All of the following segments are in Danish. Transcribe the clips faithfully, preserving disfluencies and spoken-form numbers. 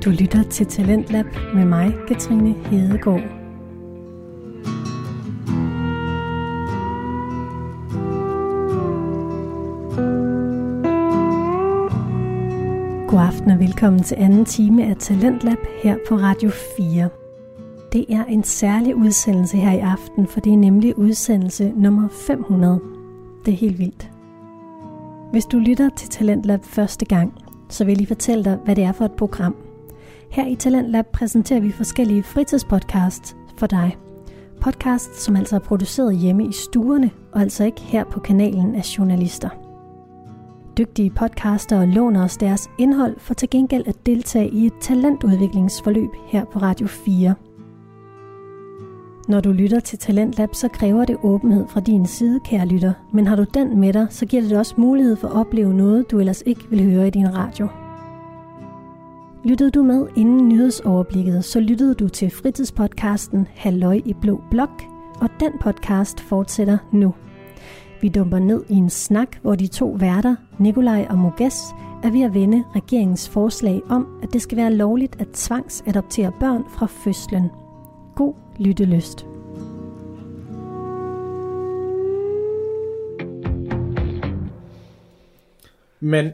Du lytter til Talentlab med mig, Katrine Hedegaard. God aften og velkommen til anden time af Talentlab her på Radio fire. Det er en særlig udsendelse her i aften, for det er nemlig udsendelse nummer fem hundrede. Det er helt vildt. Hvis du lytter til Talentlab første gang, så vil jeg lige fortælle dig, hvad det er for et program. Her i Talentlab præsenterer vi forskellige fritidspodcasts for dig. Podcasts, som altså er produceret hjemme i stuerne, og altså ikke her på kanalen af journalister. Dygtige podcaster låner os deres indhold for til gengæld at deltage i et talentudviklingsforløb her på Radio fire. Når du lytter til Talentlab, så kræver det åbenhed fra din side, kære lytter. Men har du den med dig, så giver det dig også mulighed for at opleve noget, du ellers ikke vil høre i din radio. Lyttede du med inden nyhedsoverblikket, så lyttede du til fritidspodcasten Halløj i Blå Blok, og den podcast fortsætter nu. Vi dumper ned i en snak, hvor de to værter, Nikolaj og Moges, er ved at vende regeringens forslag om, at det skal være lovligt at tvangsadoptere børn fra fødslen. God lyttelyst. Men,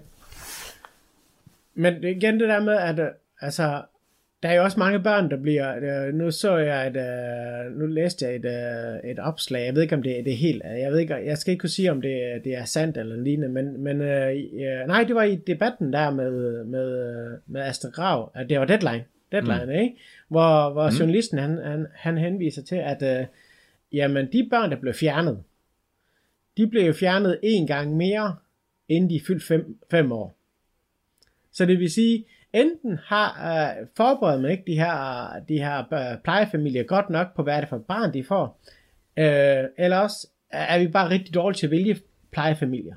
men igen det der med, at altså, der er jo også mange børn, der bliver, nu så jeg et, nu læste jeg et, et opslag, jeg ved ikke om det, det er helt, jeg ved ikke, jeg skal ikke kunne sige om det, det er sandt eller lignende, men, men øh, nej, det var i debatten der med, med, med Astrid Krag, at det var Deadline, Deadline, mm. ikke? Hvor, hvor mm. journalisten, han, han, han henviser til, at øh, jamen, de børn, der blev fjernet, de blev jo fjernet en gang mere, inden de fyldte fem, fem år. Så det vil sige, enten har øh, forberedt man ikke de her, de her øh, plejefamilier godt nok på, hvad er det for et barn, de får, øh, eller også er vi bare rigtig dårlige til at vælge plejefamilier.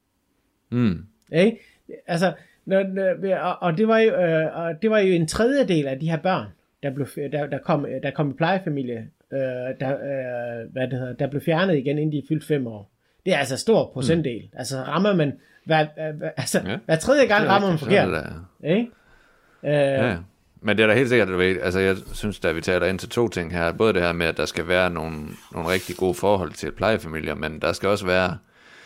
Mm. Ikke? Altså, når, og, og, det var jo, øh, og det var jo en tredjedel af de her børn, der, blev, der, der, kom, der kom i plejefamilie, øh, der, øh, hvad det hedder, der blev fjernet igen, inden de fyldte fem år. Det er altså stor procentdel. Mm. Altså rammer man, hver, altså, ja. hver tredje gang rammer man forkert. Ikke? Øh, ja. Men det er da helt sikkert, at du ved, altså jeg synes, at vi taler ind til to ting her. Både det her med, at der skal være nogle, nogle rigtig gode forhold til plejefamilier, men der skal også være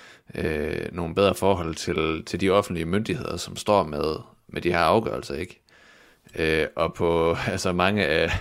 øh, nogle bedre forhold til, til de offentlige myndigheder, som står med, med de her afgørelser, ikke? Øh, og på altså mange af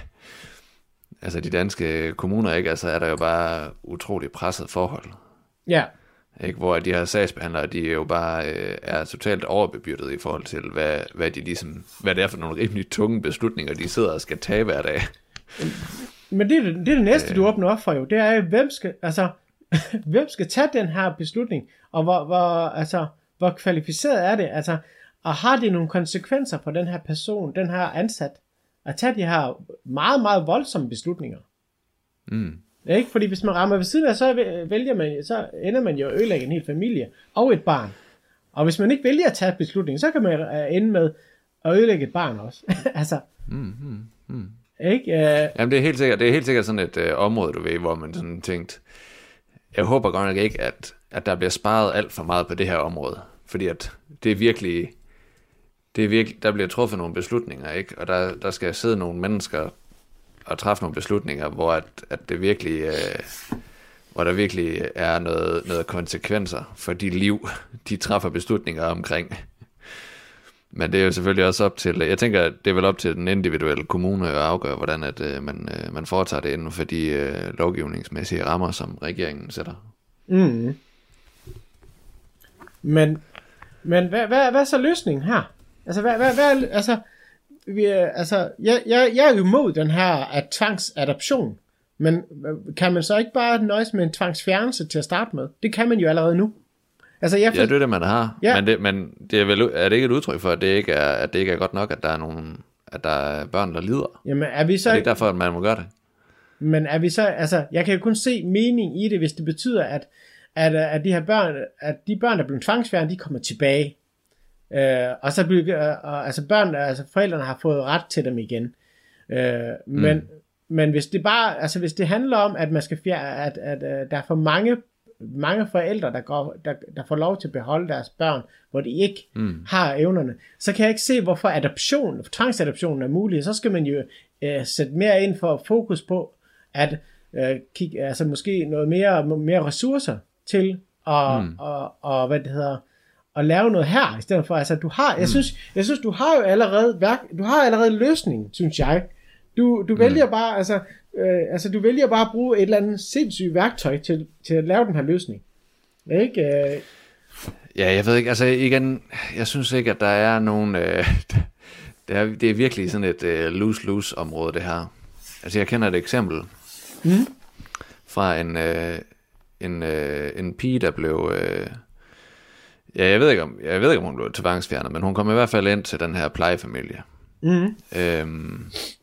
altså de danske kommuner, ikke, altså er der jo bare utroligt presset forhold. Ja. Ikke, hvor de her sagsbehandlere, de er jo bare øh, er totalt overbebyrdet i forhold til hvad hvad de ligesom hvad det er for nogle rimelig tunge beslutninger, de sidder og skal tage hver dag. Men det er det, det, er det næste, øh. du åbner op for jo. Det er jo, hvem skal altså hvem skal tage den her beslutning, og hvor hvor altså hvor kvalificeret er det, altså, og har det nogle konsekvenser for den her person, den her ansat, at tage de her meget meget voldsomme beslutninger. Mm. Ikke? Fordi hvis man rammer ved siden af, så vælger man, så ender man jo at ødelægge en hel familie og et barn. Og hvis man ikke vælger at tage beslutningen, så kan man ende med at ødelægge et barn også. altså. Mm, mm, mm. Ikke? Uh... Jamen det er helt sikkert, det er helt sikkert sådan et uh, område, du ved, hvor man sådan tænkt, jeg håber godt nok ikke, at, at der bliver sparet alt for meget på det her område. Fordi at det er virkelig, det er virkelig, der bliver truffet nogle beslutninger, ikke? Og der, der skal sidde nogle mennesker og træffe nogle beslutninger, hvor at, at det virkelig, øh, hvor der virkelig er noget, noget konsekvenser for de liv, de træffer beslutninger omkring. Men det er jo selvfølgelig også op til, jeg tænker, det er vel op til den individuelle kommune at afgøre, hvordan at, øh, man, øh, man foretager det inden for de øh, lovgivningsmæssige rammer, som regeringen sætter. Mm. Men, men hvad, hvad, hvad er så løsningen her? Altså, hvad, hvad, hvad altså, Vi, altså, jeg, jeg, jeg er jo imod den her at tvangsadoption, men kan man så ikke bare nøjes med en tvangsfjernelse til at starte med? Det kan man jo allerede nu. Altså, jeg for... Ja, det er det, man har. Ja. Men, det, men det er, vel, er det ikke et udtryk for, at det ikke er, at det ikke er godt nok, at der er, nogle, at der er børn, der lider? Jamen, er vi så... Er det ikke derfor, at man må gøre det? Men er vi så... Altså, jeg kan jo kun se mening i det, hvis det betyder, at, at, at de her børn, at de børn, der bliver tvangsfjernet, de kommer tilbage. Øh, og så bliver øh, altså børn, altså forældrene har fået ret til dem igen. Øh, men, mm. men hvis det bare, altså hvis det handler om, at man skal fjerne, at, at, at der er for mange mange forældre, der, går, der, der får lov til at beholde deres børn, hvor de ikke mm. har evnerne, så kan jeg ikke se, hvorfor adoption, tvangsadoptionen er mulig. Så skal man jo øh, sætte mere ind for fokus på, at øh, kigge, altså måske noget mere, mere ressourcer til at, mm. og, og, hvad det hedder, at lave noget her, i stedet for, altså du har, jeg mm. synes, jeg synes, du har jo allerede værk, du har allerede løsning, synes jeg. Du, du vælger mm. bare, altså, øh, altså du vælger bare at bruge et eller andet sindssygt værktøj til, til at lave den her løsning. Ikke? Øh... Ja, jeg ved ikke, altså igen, jeg synes ikke, at der er nogen, øh, det, er, det er virkelig sådan et øh, lose-lose område, det her. Altså jeg kender et eksempel mm. fra en, øh, en, øh, en pige, der blev, øh, ja, jeg ved ikke om, jeg ved ikke om hun blev tvangsfjernet, men hun kom i hvert fald ind til den her plejefamilie. Mm. Øhm,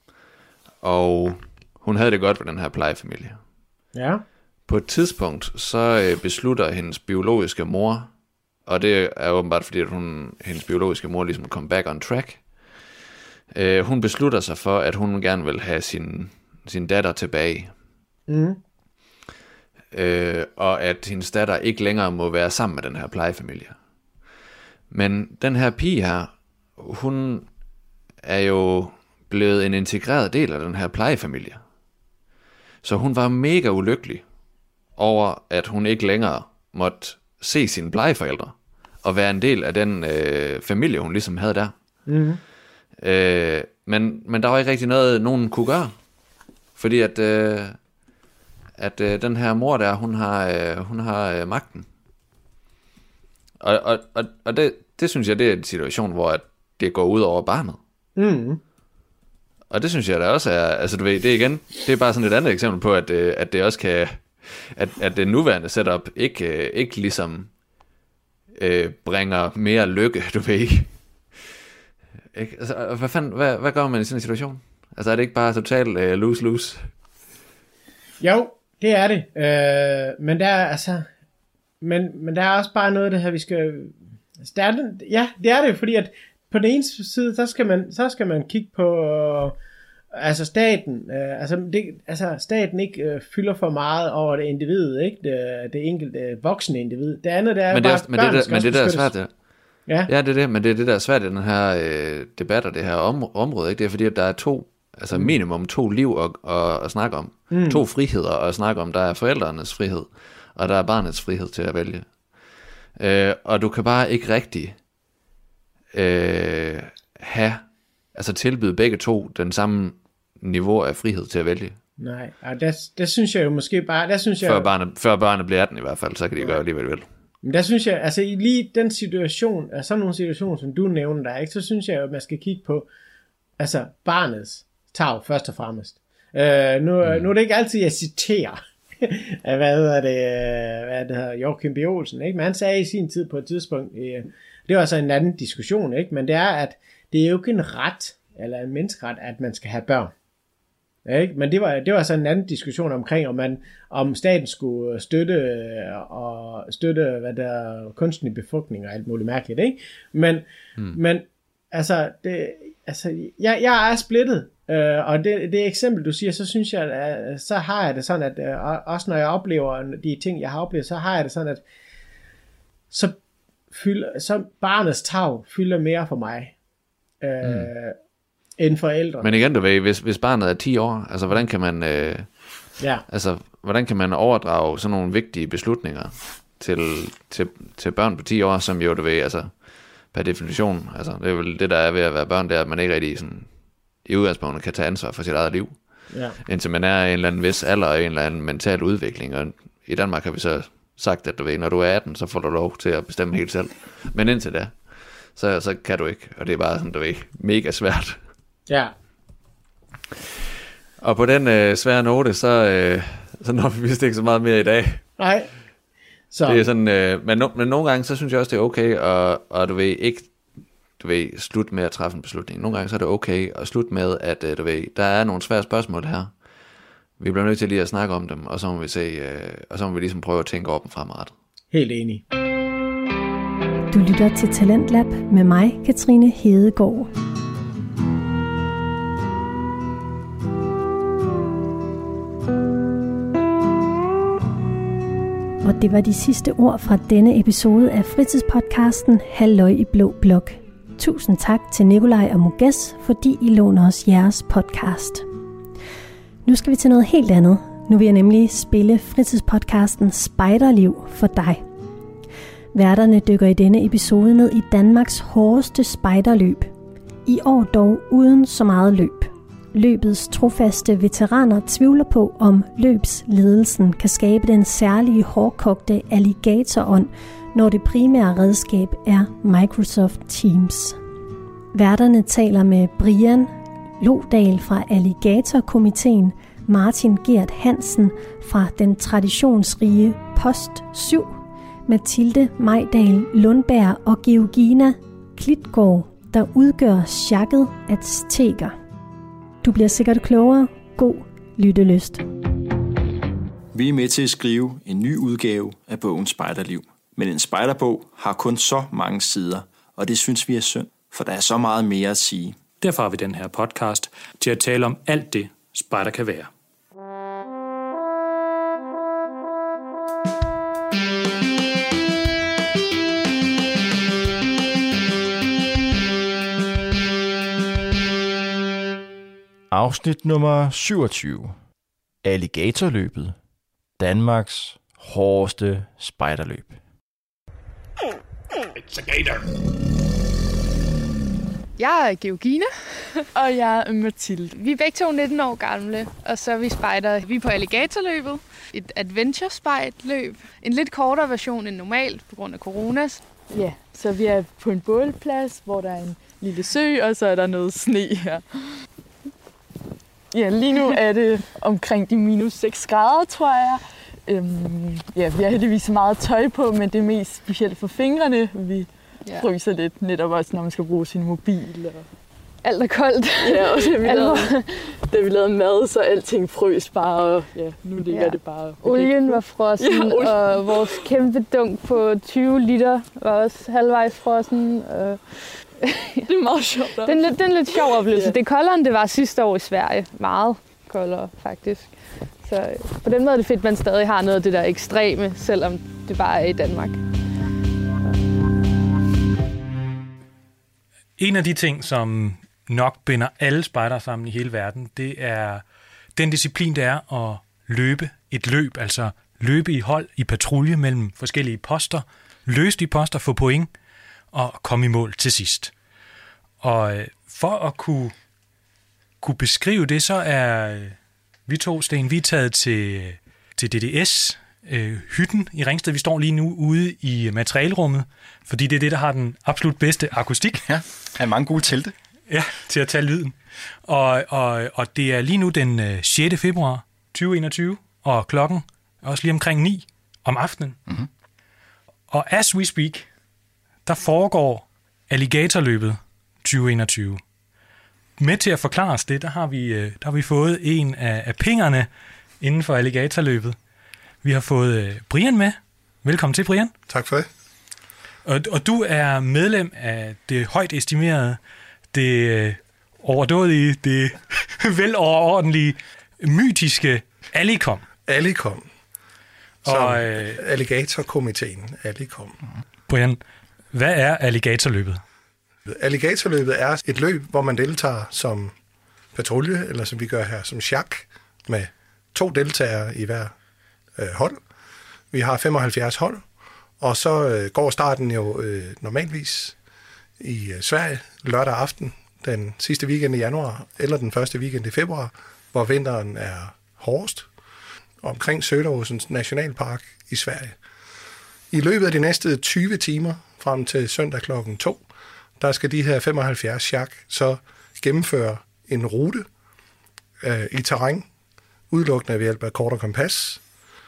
og hun havde det godt ved den her plejefamilie. Ja. På et tidspunkt, så øh, beslutter hendes biologiske mor, og det er åbenbart fordi, at hun, hendes biologiske mor ligesom kom back on track. Øh, hun beslutter sig for, at hun gerne vil have sin, sin datter tilbage. Mm. Øh, og at hendes datter ikke længere må være sammen med den her plejefamilie. Men den her pige her, hun er jo blevet en integreret del af den her plejefamilie. Så hun var mega ulykkelig over, at hun ikke længere måtte se sine plejeforældre og være en del af den øh, familie, hun ligesom havde der. Mm-hmm. Øh, men, men der var ikke rigtig noget, nogen kunne gøre. Fordi at, øh, at øh, den her mor der, hun har, øh, hun har øh, magten. Og, og, og, og det, det synes jeg, det er en situation, hvor at det går ud over barnet. Mm. Og det synes jeg da også er, altså du ved, det er igen, det er bare sådan et andet eksempel på, at, at det også kan, at, at det nuværende setup ikke, ikke ligesom øh, bringer mere lykke, du ved ikke. ikke? Altså, hvad, fanden, hvad, hvad gør man i sådan en situation? Altså er det ikke bare totalt øh, lose-lose? Jo, det er det. Øh, men der er altså, men, men der er også bare noget af det her, vi skal, altså, der er det, ja, det er det, fordi at på den ene side, så skal man, så skal man kigge på, øh, altså staten, øh, altså, det, altså staten ikke øh, fylder for meget over det individ, ikke? Det, det enkelte voksne individ. Det andet, det er men det er, bare, men det, der, men det der er svært, det. Ja. ja, det er det, men det er det, der er svært i den her øh, debat og det her om, område, ikke? Det er fordi, at der er to, altså minimum to liv at, at, at snakke om. Mm. To friheder at snakke om. Der er forældrenes frihed, og der er barnets frihed til at vælge. Øh, og du kan bare ikke rigtig Øh, have, altså tilbyde begge to den samme niveau af frihed til at vælge. Nej, der, der synes jeg jo måske bare, der synes jeg før barnet, før barnet bliver atten i hvert fald, så kan de ja. gøre alligevel vel. Men der synes jeg, altså i lige den situation, altså sådan nogle situationer, som du nævner der, ikke, så synes jeg jo, at man skal kigge på, altså barnets tag først og fremmest. Øh, nu, mm. nu er det ikke altid, jeg citerer, hvad hedder det, hvad det hedder, Joachim B. Olsen, ikke? Men han sagde i sin tid på et tidspunkt, øh, det var så en anden diskussion, ikke? Men det er, at det er jo ikke en ret, eller en menneskeret, at man skal have børn. Ikke? Men det var, det var så en anden diskussion omkring, om, man, om staten skulle støtte, og støtte hvad der, kunstig befrugtning og alt muligt mærkeligt. Ikke? Men, hmm. men altså, det, altså jeg, jeg er splittet, øh, og det, det eksempel, du siger, så synes jeg, at, så har jeg det sådan, at øh, også når jeg oplever de ting, jeg har oplevet, så har jeg det sådan, at så Fylder, så barnets tag fylder mere for mig øh, mm. end forældre. Men igen, du ved, hvis, hvis barnet er ti år, altså hvordan kan man øh, ja. altså hvordan kan man overdrage sådan nogle vigtige beslutninger til, til, til børn på ti år, som jo, du ved, altså per definition, altså det er vel det, der er ved at være børn, det er, at man ikke rigtig sådan, i udgangspunktet kan tage ansvar for sit eget liv, ja. indtil man er en eller anden vis alder og en eller anden mental udvikling, og i Danmark har vi så sagt, at du ved, når du er atten, så får du lov til at bestemme helt selv. Men indtil da, så, så kan du ikke. Og det er bare sådan, du ved, mega svært. Ja. Og på den øh, svære note, så, øh, så når vi vist ikke så meget mere i dag. Nej. Så. Det er sådan, øh, men, no, men nogle gange, så synes jeg også, det er okay, og, og du ved, ikke du ved, slut med at træffe en beslutning. Nogle gange, så er det okay at slutte med, at øh, du ved, der er nogle svære spørgsmål her. Vi bliver nødt til lige at snakke om dem, og så må vi se, øh, og så må vi ligesom prøve at tænke over dem fremadrettet. Helt enig. Du lytter til Talentlab med mig, Katrine Hedegaard. Og Og det var de sidste ord fra denne episode af fritidspodcasten Halløj i Blå Blok. Tusind tak til Nikolaj og Muges, fordi I låner os jeres podcast. Nu skal vi til noget helt andet. Nu vil jeg nemlig spille fritidspodcasten Spejderliv for dig. Værterne dykker i denne episode ned i Danmarks hårdeste spejderløb. I år dog uden så meget løb. Løbets trofaste veteraner tvivler på, om løbsledelsen kan skabe den særlige hårdkogte alligatorånd, når det primære redskab er Microsoft Teams. Værterne taler med Brian Lodal fra Alligator-komiteen, Martin Gert Hansen fra den traditionsrige Post syv, Mathilde Majdal Lundberg og Georgina Klitgaard, der udgør sjakket Azteker. Du bliver sikkert klogere. God lyttelyst. Vi er med til at skrive en ny udgave af bogen Spejderliv. Men en spejderbog har kun så mange sider, og det synes vi er synd, for der er så meget mere at sige. Derfor har vi den her podcast til at tale om alt det, spejder kan være. Afsnit nummer syvogtyve. Alligatorløbet. Danmarks hårdeste spejderløb. It's a gator. Jeg er Georgina. Og jeg er Mathilde. Vi er begge to nitten år gamle, og så er vi spejder. Vi er på Alligatorløbet. Et adventure-spejderløb. En lidt kortere version end normalt på grund af coronas. Ja, så vi er på en bålplads, hvor der er en lille sø, og så er der noget sne her. Ja, lige nu er det omkring de minus seks grader, tror jeg. Øhm, ja, vi har heldigvis meget tøj på, men det er mest specielt for fingrene. Vi ja. fryser lidt, netop også når man skal bruge sin mobil. Og... Alt er koldt. Ja, og da vi, lavede, da vi lavede mad, så alting frøs bare, og ja, nu ligger ja. det bare... Olien var frossen, ja, og vores kæmpe dunk på tyve liter var også halvvejs frossen. Og... Det er meget sjovt. Det er en lidt, det er en lidt sjov oplevelse. Ja. Det er koldere, end det var sidste år i Sverige. Meget koldere, faktisk. Så på den måde er det fedt, at man stadig har noget af det der ekstreme, selvom det bare er i Danmark. En af de ting, som nok binder alle spejdere sammen i hele verden, det er den disciplin, det er at løbe et løb, altså løbe i hold, i patrulje mellem forskellige poster, løse de poster, få point og komme i mål til sidst. Og for at kunne, kunne beskrive det, så er vi to, Sten, vi er taget til, til D D S, øh, hytten i Ringsted. Vi står lige nu ude i materialerummet, fordi det er det, der har den absolut bedste akustik. Ja, der er mange gode telte. Ja, til at tage lyden. Og, og, og det er lige nu den sjette februar tyve enogtyve, og klokken er også lige omkring ni om aftenen. Mm-hmm. Og as we speak, der foregår Alligatorløbet tyve enogtyve. Med til at forklare os det, der har vi, der har vi fået en af, af pingerne inden for Alligatorløbet. Vi har fået Brian med. Velkommen til, Brian. Tak for det. Og, og du er medlem af det højt estimerede, det overdådige, det vel overordentlige, mytiske Allicom. Allicom. Og øh, Alligator-komiteen. Allicom. Brian, hvad er Alligatorløbet? Alligatorløbet er et løb, hvor man deltager som patrulje, eller som vi gør her, som sjak, med to deltagere i hver øh, hold. Vi har femoghalvfjerds hold, og så øh, går starten jo øh, normalvis i øh, Sverige lørdag aften, den sidste weekend i januar, eller den første weekend i februar, hvor vinteren er hårdest, omkring Söderåsens nationalpark i Sverige. I løbet af de næste tyve timer, frem til søndag klokken to, der skal de her femoghalvfjerds sjak så gennemføre en rute øh, i terræn, udelukkende ved hjælp af kort og kompas.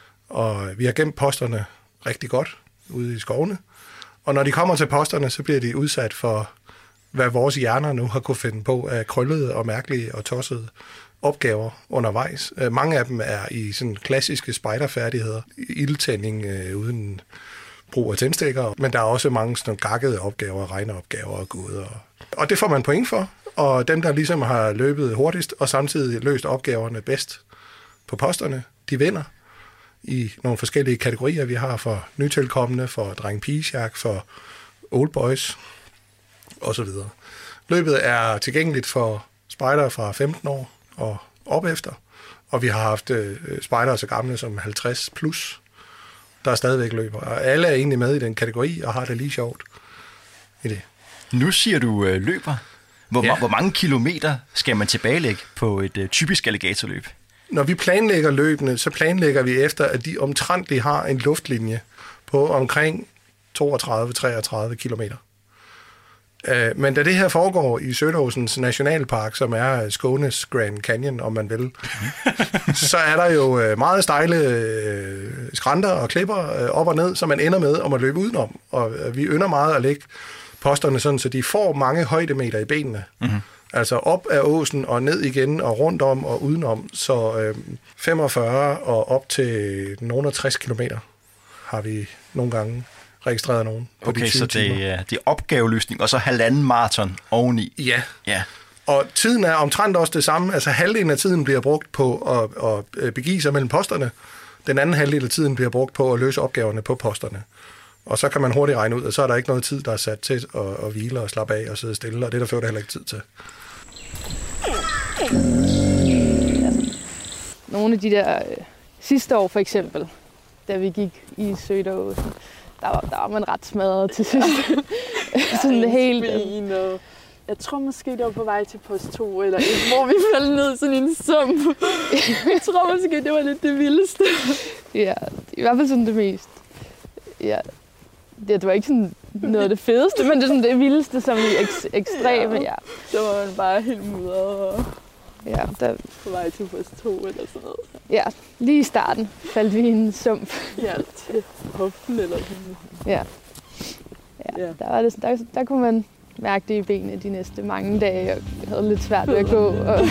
Og vi har gemt posterne rigtig godt ude i skovene. Og når de kommer til posterne, så bliver de udsat for, hvad vores hjerner nu har kunne finde på af krøllede og mærkelige og tossede opgaver undervejs. Mange af dem er i sådan klassiske spejderfærdigheder. Ildtænding øh, uden brug af tændstikker. Men der er også mange sådan gakkede opgaver, regneopgaver og gåder. Og det får man point for. Og dem, der ligesom har løbet hurtigst og samtidig løst opgaverne bedst på posterne, de vinder. i nogle forskellige kategorier. Vi har for nytilkommende, for dreng-pigesjak, for old boys osv. Løbet er tilgængeligt for spejdere fra femten år og op efter, og vi har haft øh, spejdere så gamle som halvtreds plus, der er stadigvæk løber. Og alle er egentlig med i den kategori og har det lige sjovt i det. Nu siger du øh, løber. Hvor, ja. hvor mange kilometer skal man tilbagelægge på et øh, typisk alligatorløb? Når vi planlægger løbene, så planlægger vi efter, at de omtrentligt har en luftlinje på omkring toogtredive til treogtredive kilometer. Men da det her foregår i Sødåsens Nationalpark, som er Skånes Grand Canyon, om man vil, så er der jo meget stejle skrænter og klipper op og ned, som man ender med om at løbe udenom. Og vi ynder meget at lægge posterne sådan, så de får mange højdemeter i benene. Mm-hmm. Altså op af åsen og ned igen og rundt om og udenom. Så øh, femogfyrre og op til nogle tres kilometer har vi nogle gange registreret nogen. På okay, de så det er, det er opgaveløsning, og så halvanden maraton oveni. Ja. ja. Og tiden er omtrent også det samme. Altså halvdelen af tiden bliver brugt på at, at begive sig mellem posterne. Den anden halvdel af tiden bliver brugt på at løse opgaverne på posterne. Og så kan man hurtigt regne ud, at så er der ikke noget tid, der er sat til at, at hvile og slappe af og sidde stille, og det der fører der heller ikke tid til. Altså, nogle af de der øh, sidste år for eksempel, da vi gik i Sødåsen, der var, der var man ret smadret til sidst. Sådan det helt... Og jeg tror måske, det var på vej til post to, eller et, hvor vi faldt ned sådan en sump. Jeg tror måske, det var lidt det vildeste. Ja, i hvert fald sådan det mest. Ja, det var ikke sådan noget af det fedeste, men det er sådan det vildeste, som i ek- ekstreme, ja. ja. Der var man bare helt mudret og ja, der... på vej til post to eller sådan noget. Ja, lige i starten faldt vi i en sump. Ja, til hoften eller sådan. Ja. Ja, ja. Der, var det, der, der kunne man mærke det i benene de næste mange dage, og jeg havde lidt svært ved at gå. Og...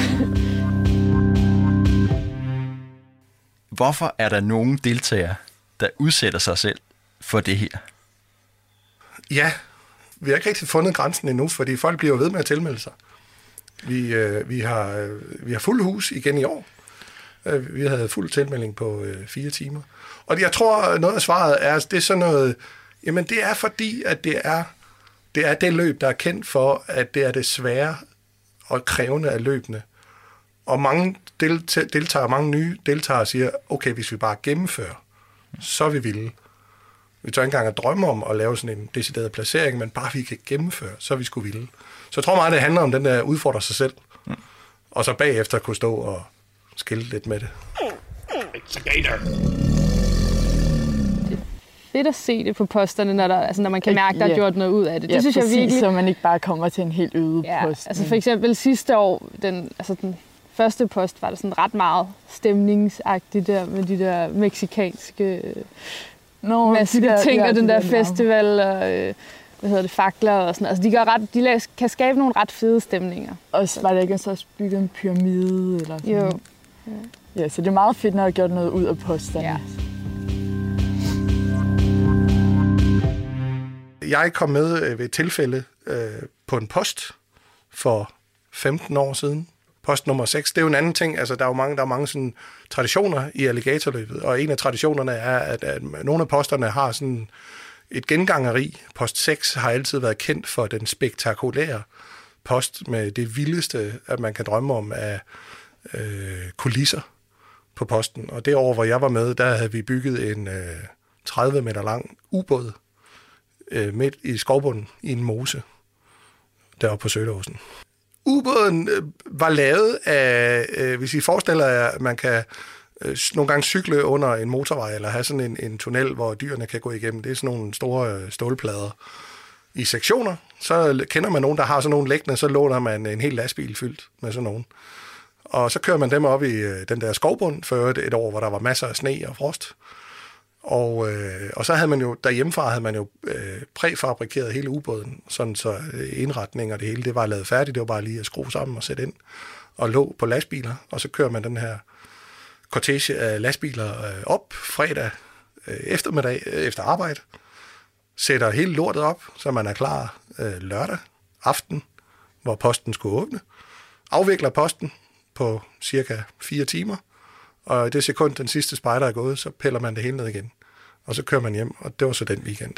Hvorfor er der nogen deltagere, der udsætter sig selv for det her? Ja, vi har ikke rigtig fundet grænsen endnu, fordi folk bliver ved med at tilmelde sig. Vi, øh, vi, har, øh, vi har fuld hus igen i år. Øh, vi havde fuld tilmelding på øh, fire timer. Og jeg tror, noget af svaret er, det er sådan noget, jamen det er fordi, at det er, det er det løb, der er kendt for, at det er det svære og krævende af løbene. Og mange deltagere, mange nye deltagere siger, okay, hvis vi bare gennemfører, så er vi vilde. Vi tør ikke engang at drømme om at lave sådan en decideret placering, men bare vi kan gennemføre, så er vi sgu vilde. Så jeg tror meget, det handler om den der udfordrer sig selv. Mm. Og så bagefter kunne stå og skille lidt med det. Det er fedt at se det på posterne, når, der, altså når man kan mærke, der er gjort noget ud af det. Det ja, synes præcis, jeg virkelig. Så man ikke bare kommer til en helt øde ja, post. Altså for eksempel sidste år, den, altså den første post, var der sådan ret meget stemningsagtigt der med de der meksikanske Nå, masse de der, ting, ja, og den der festival, og øh, hvad hedder det, fakler og sådan. Altså de, gør ret, de laver, kan skabe nogle ret fede stemninger. Og var der ikke så også bygget en pyramide? Eller sådan. Jo. Ja. ja, så det er meget fedt, når der er gjort noget ud af posterne. Ja. Jeg kom med ved et tilfælde øh, på en post for femten år siden. Post nummer seks, det er jo en anden ting. Altså, der er jo mange, der er mange sådan, traditioner i alligatorløbet, og en af traditionerne er, at, at nogle af posterne har sådan et gengangeri. Post seks har altid været kendt for den spektakulære post med det vildeste, at man kan drømme om af øh, kulisser på posten. Og det år, hvor jeg var med, der havde vi bygget en øh, tredive meter lang ubåd øh, midt i skovbunden i en mose deroppe på Sødåsen. Ubåden var lavet af, øh, hvis I forestiller jer, at man kan øh, nogle gange cykle under en motorvej, eller have sådan en, en tunnel, hvor dyrene kan gå igennem. Det er sådan nogle store øh, stålplader i sektioner. Så kender man nogen, der har sådan nogle liggende, så låner man en hel lastbil fyldt med sådan nogen. Og så kører man dem op i øh, den der skovbund, for et, et år, hvor der var masser af sne og frost. Og, øh, og så havde man jo, derhjemmefra havde man jo øh, præfabrikeret hele ubåden, sådan så øh, indretning og det hele, det var lavet færdigt, det var bare lige at skrue sammen og sætte ind, og lå på lastbiler, og så kører man den her kortege af lastbiler øh, op fredag øh, eftermiddag øh, efter arbejde, sætter hele lortet op, så man er klar øh, lørdag aften, hvor posten skulle åbne, afvikler posten på cirka fire timer, Og det sekund, den sidste spejder er gået, så piller man det hele ned igen. Og så kører man hjem, og det var så den weekend.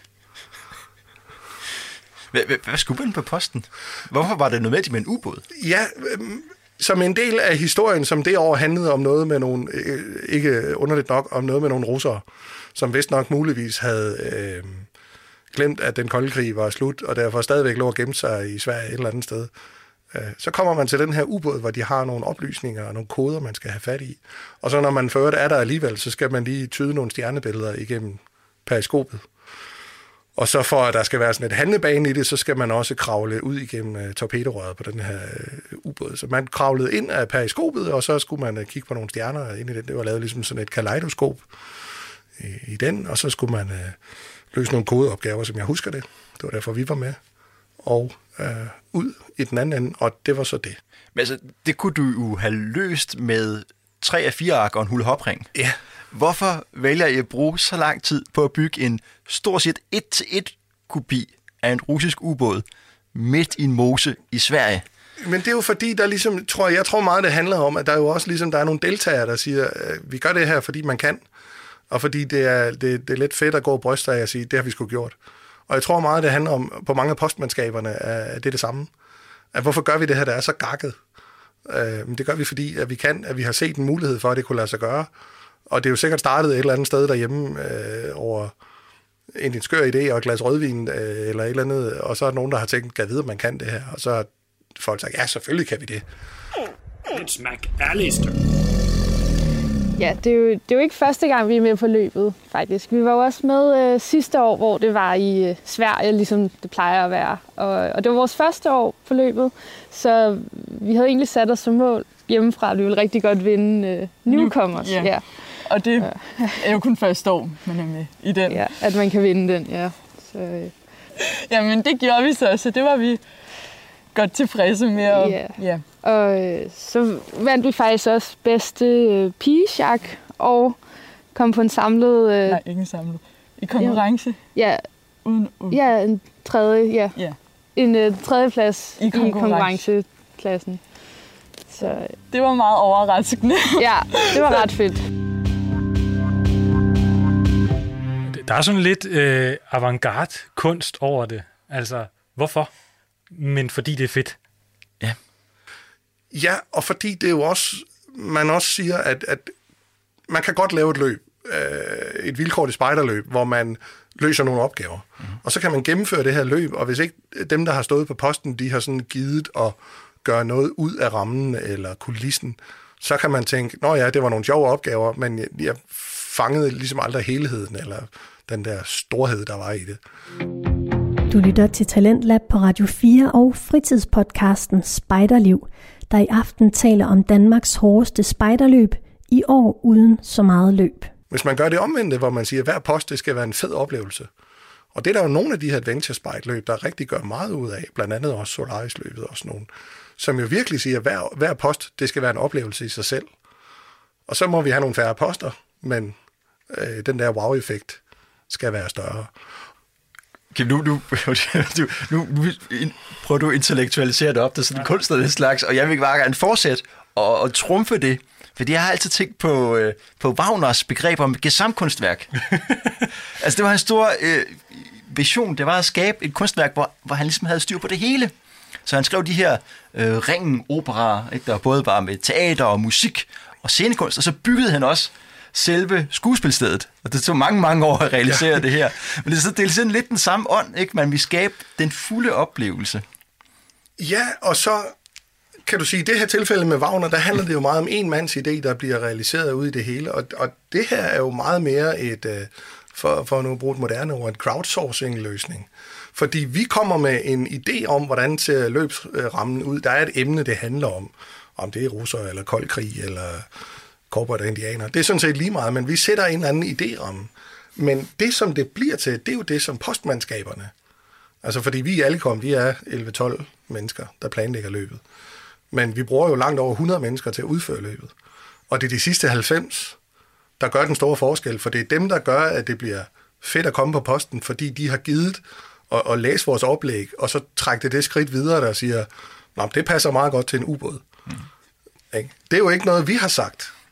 Hvad, hvad, hvad skulle man på posten? Hvorfor var det nødvendigt med en ubåd? Ja, øh, som en del af historien, som det år handlede om noget med nogle, øh, ikke underligt nok, om noget med nogle russere, som vist nok muligvis havde øh, glemt, at den kolde krig var slut, og derfor stadigvæk lå og gemte sig i Sverige et eller andet sted. Øh, så kommer man til den her ubåd, hvor de har nogle oplysninger og nogle koder, man skal have fat i. Og så når man fører det er der alligevel, så skal man lige tyde nogle stjernebilleder igennem periskopet. Og så for at der skal være sådan et handlebane i det, så skal man også kravle ud igennem uh, torpedorøret på den her uh, ubåd. Så man kravlede ind af periskopet, og så skulle man uh, kigge på nogle stjerner ind i den. Det var lavet ligesom sådan et kaleidoskop i, i den, og så skulle man uh, løse nogle kodeopgaver, som jeg husker det. Det var derfor, vi var med. Og uh, ud i den anden ende, og det var så det. Men altså, det kunne du jo have løst med tre af fire ark og en hulhopring. Ja. Hvorfor vælger I at bruge så lang tid på at bygge en stort set et-til-et kopi af en russisk ubåd midt i en mose i Sverige? Men det er jo fordi, der ligesom, tror jeg, jeg tror meget, det handler om, at der er jo også ligesom, der er nogle deltagere, der siger, at vi gør det her, fordi man kan, og fordi det er, det, det er lidt fedt at gå og bryste af at sige, det har vi sgu gjort. Og jeg tror meget, det handler om, på mange af postmandskaberne, at det er det samme. At hvorfor gør vi det her, der er så gakket? Men det gør vi, fordi at vi kan, at vi har set en mulighed for, at det kunne lade sig gøre. Og det er jo sikkert startet et eller andet sted derhjemme øh, over en skør idé og et glas rødvin øh, eller et eller andet, og så er der nogen, der har tænkt, kan jeg vide, om man kan det her? Og så har folk sagt, ja, selvfølgelig kan vi det. It's McAllister. Ja, det er, jo, det er jo ikke første gang, vi er med på løbet, faktisk. Vi var jo også med øh, sidste år, hvor det var i øh, Sverige, ligesom det plejer at være. Og, og det var vores første år på løbet, så vi havde egentlig sat os som mål hjemmefra, at vi ville rigtig godt vinde øh, Newcomers. Ja. Ja. Og det er jo kun første år, man er med i den. Ja, at man kan vinde den, ja. Så, øh. Jamen, det gjorde vi så, så det var vi godt tilfredse med. Og, ja. Ja. Og øh, så vandt vi faktisk også bedste øh, pigesjak og kom på en samlet... Øh, Nej, ikke en samlet. I konkurrence? Ja, Uden, uden. ja en tredje, ja. Ja. En øh, tredje plads I, i konkurrence. konkurrenceklassen. Så det var meget overraskende. Ja, det var ret fedt. Der er sådan lidt øh, avantgarde kunst over det. Altså, hvorfor? Men fordi det er fedt. Ja. Ja, og fordi det jo også, man også siger, at, at man kan godt lave et løb, øh, et vilkårligt spejderløb, hvor man løser nogle opgaver. Mm. Og så kan man gennemføre det her løb, og hvis ikke dem, der har stået på posten, de har sådan givet at gøre noget ud af rammen eller kulissen, så kan man tænke, nå ja, det var nogle sjove opgaver, men jeg, jeg fangede ligesom aldrig helheden, eller den der storhed, der var i det. Du lytter til Talentlab på Radio fire og fritidspodcasten Spejderliv, der i aften taler om Danmarks hårdeste spejderløb, i år uden så meget løb. Hvis man gør det omvendte, hvor man siger, at hver post det skal være en fed oplevelse, og det er der jo nogle af de her adventure-spejderløb, der rigtig gør meget ud af, blandt andet også Solaris-løbet og sådan nogle, som jo virkelig siger, at hver, hver post det skal være en oplevelse i sig selv. Og så må vi have nogle færre poster, men øh, den der wow-effekt skal være større. Okay, nu, nu, nu, nu, nu prøver du at intellektualisere det op, der er sådan en kunst af det slags, og jeg vil bare gerne fortsætte og, og trumfe det, fordi jeg har altid tænkt på, øh, på Wagners begreb om gesamtkunstværk. Altså det var en stor øh, vision, det var at skabe et kunstværk, hvor, hvor han ligesom havde styr på det hele. Så han skrev de her øh, ringen-operaer, ikke, der var både bare med teater og musik og scenekunst, og så byggede han også selve skuespilstedet. Og det tog mange, mange år at realisere ja. det her. Men det er, så, det er sådan lidt den samme ånd, ikke? Man vil skabe den fulde oplevelse. Ja, og så kan du sige, i det her tilfælde med Wagner, der handler det jo meget om en mands idé, der bliver realiseret ud i det hele. Og, og det her er jo meget mere et, for, for nu at bruge et moderne ord, en crowdsourcing-løsning. Fordi vi kommer med en idé om, hvordan ser løbsrammen ud. Der er et emne, det handler om. Om det er russer, eller kold krig, eller cowboy og indianer. Det er sådan set lige meget, men vi sætter en eller anden idéramme. Men det, som det bliver til, det er jo det, som postmandskaberne. Altså, fordi vi i Alkom, vi er elleve tolv mennesker, der planlægger løbet. Men vi bruger jo langt over hundrede mennesker til at udføre løbet. Og det er de sidste halvfems, der gør den store forskel, for det er dem, der gør, at det bliver fedt at komme på posten, fordi de har givet at, at læse vores oplæg, og så trække det det skridt videre, der siger, nå, det passer meget godt til en ubåd. Mm. Det er jo ikke noget, vi har sagt.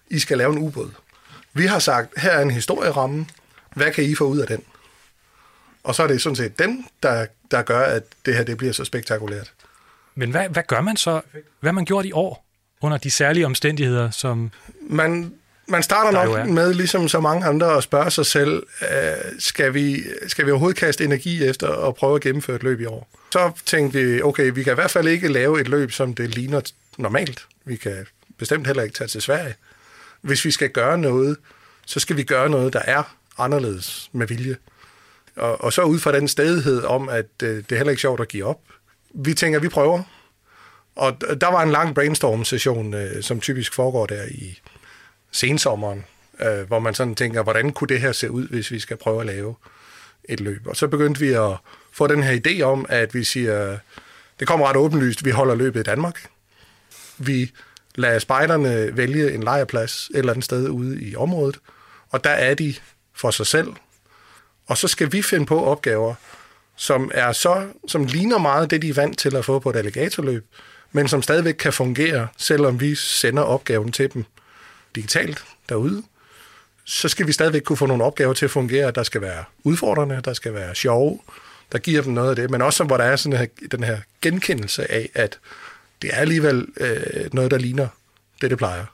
I skal lave en ubåd. Vi har sagt, her er en historieramme. Hvad kan I få ud af den? Og så er det sådan set den, der, der gør, at det her det bliver så spektakulært. Men hvad, hvad gør man så? Hvad har man gjort i år under de særlige omstændigheder, som... Man, man starter nok med, ligesom så mange andre, at spørge sig selv, øh, skal, vi, skal vi overhovedet kaste energi efter at prøve at gennemføre et løb i år? Så tænkte vi, okay, vi kan i hvert fald ikke lave et løb, som det ligner normalt. Vi kan bestemt heller ikke tage til Sverige. Hvis vi skal gøre noget, så skal vi gøre noget, der er anderledes med vilje. Og, og så ud fra den stedighed om, at øh, det er heller ikke sjovt at give op. Vi tænker, vi prøver. Og der var en lang brainstorm-session, øh, som typisk foregår der i sensommeren, øh, hvor man sådan tænker, hvordan kunne det her se ud, hvis vi skal prøve at lave et løb. Og så begyndte vi at få den her idé om, at vi siger, det kommer ret åbenlyst, vi holder løbet i Danmark. Vi lader spejderne vælge en lejrplads et eller andet sted ude i området, og der er de for sig selv. Og så skal vi finde på opgaver, som er så, som ligner meget det, de er vant til at få på et alligatorløb, men som stadigvæk kan fungere, selvom vi sender opgaven til dem digitalt derude. Så skal vi stadigvæk kunne få nogle opgaver til at fungere, der skal være udfordrende, der skal være sjove, der giver dem noget af det, men også hvor der er sådan her, den her genkendelse af, at det er alligevel øh, noget, der ligner det, det plejer.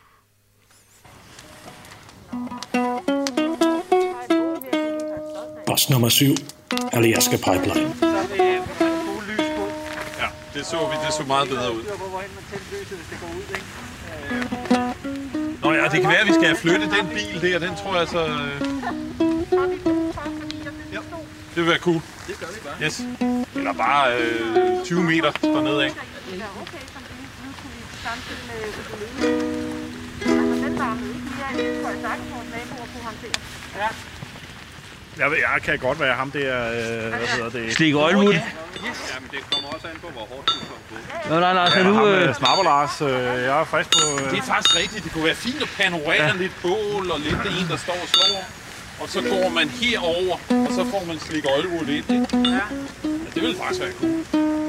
Bus nummer syv, Alaska Pipeline. Ja, det så vi, det så meget bedre ud. Nå ja, det kan være, at vi skal flytte den bil der, den tror jeg så... Øh... Det vil være cool. Det gør vi bare. Yes. Eller bare øh, tyve meter dernede af. Ja. Jeg, ved, jeg kan godt være ham der, øh, hvad hedder det? Slik Øjlmund. Ja, men det kommer også an på, hvor hårdt du kommer på. Nå, nej, nej, så ja, nu... Øh... Snapper Lars, øh, jeg er frisk på... Øh... Det er faktisk rigtigt. Det kunne være fint at panorere ja. lidt bål og lidt det en, der står og slår. Og så går man herover, og så får man Slik Øjlmund ind. Ja. Ja, det ville faktisk være cool.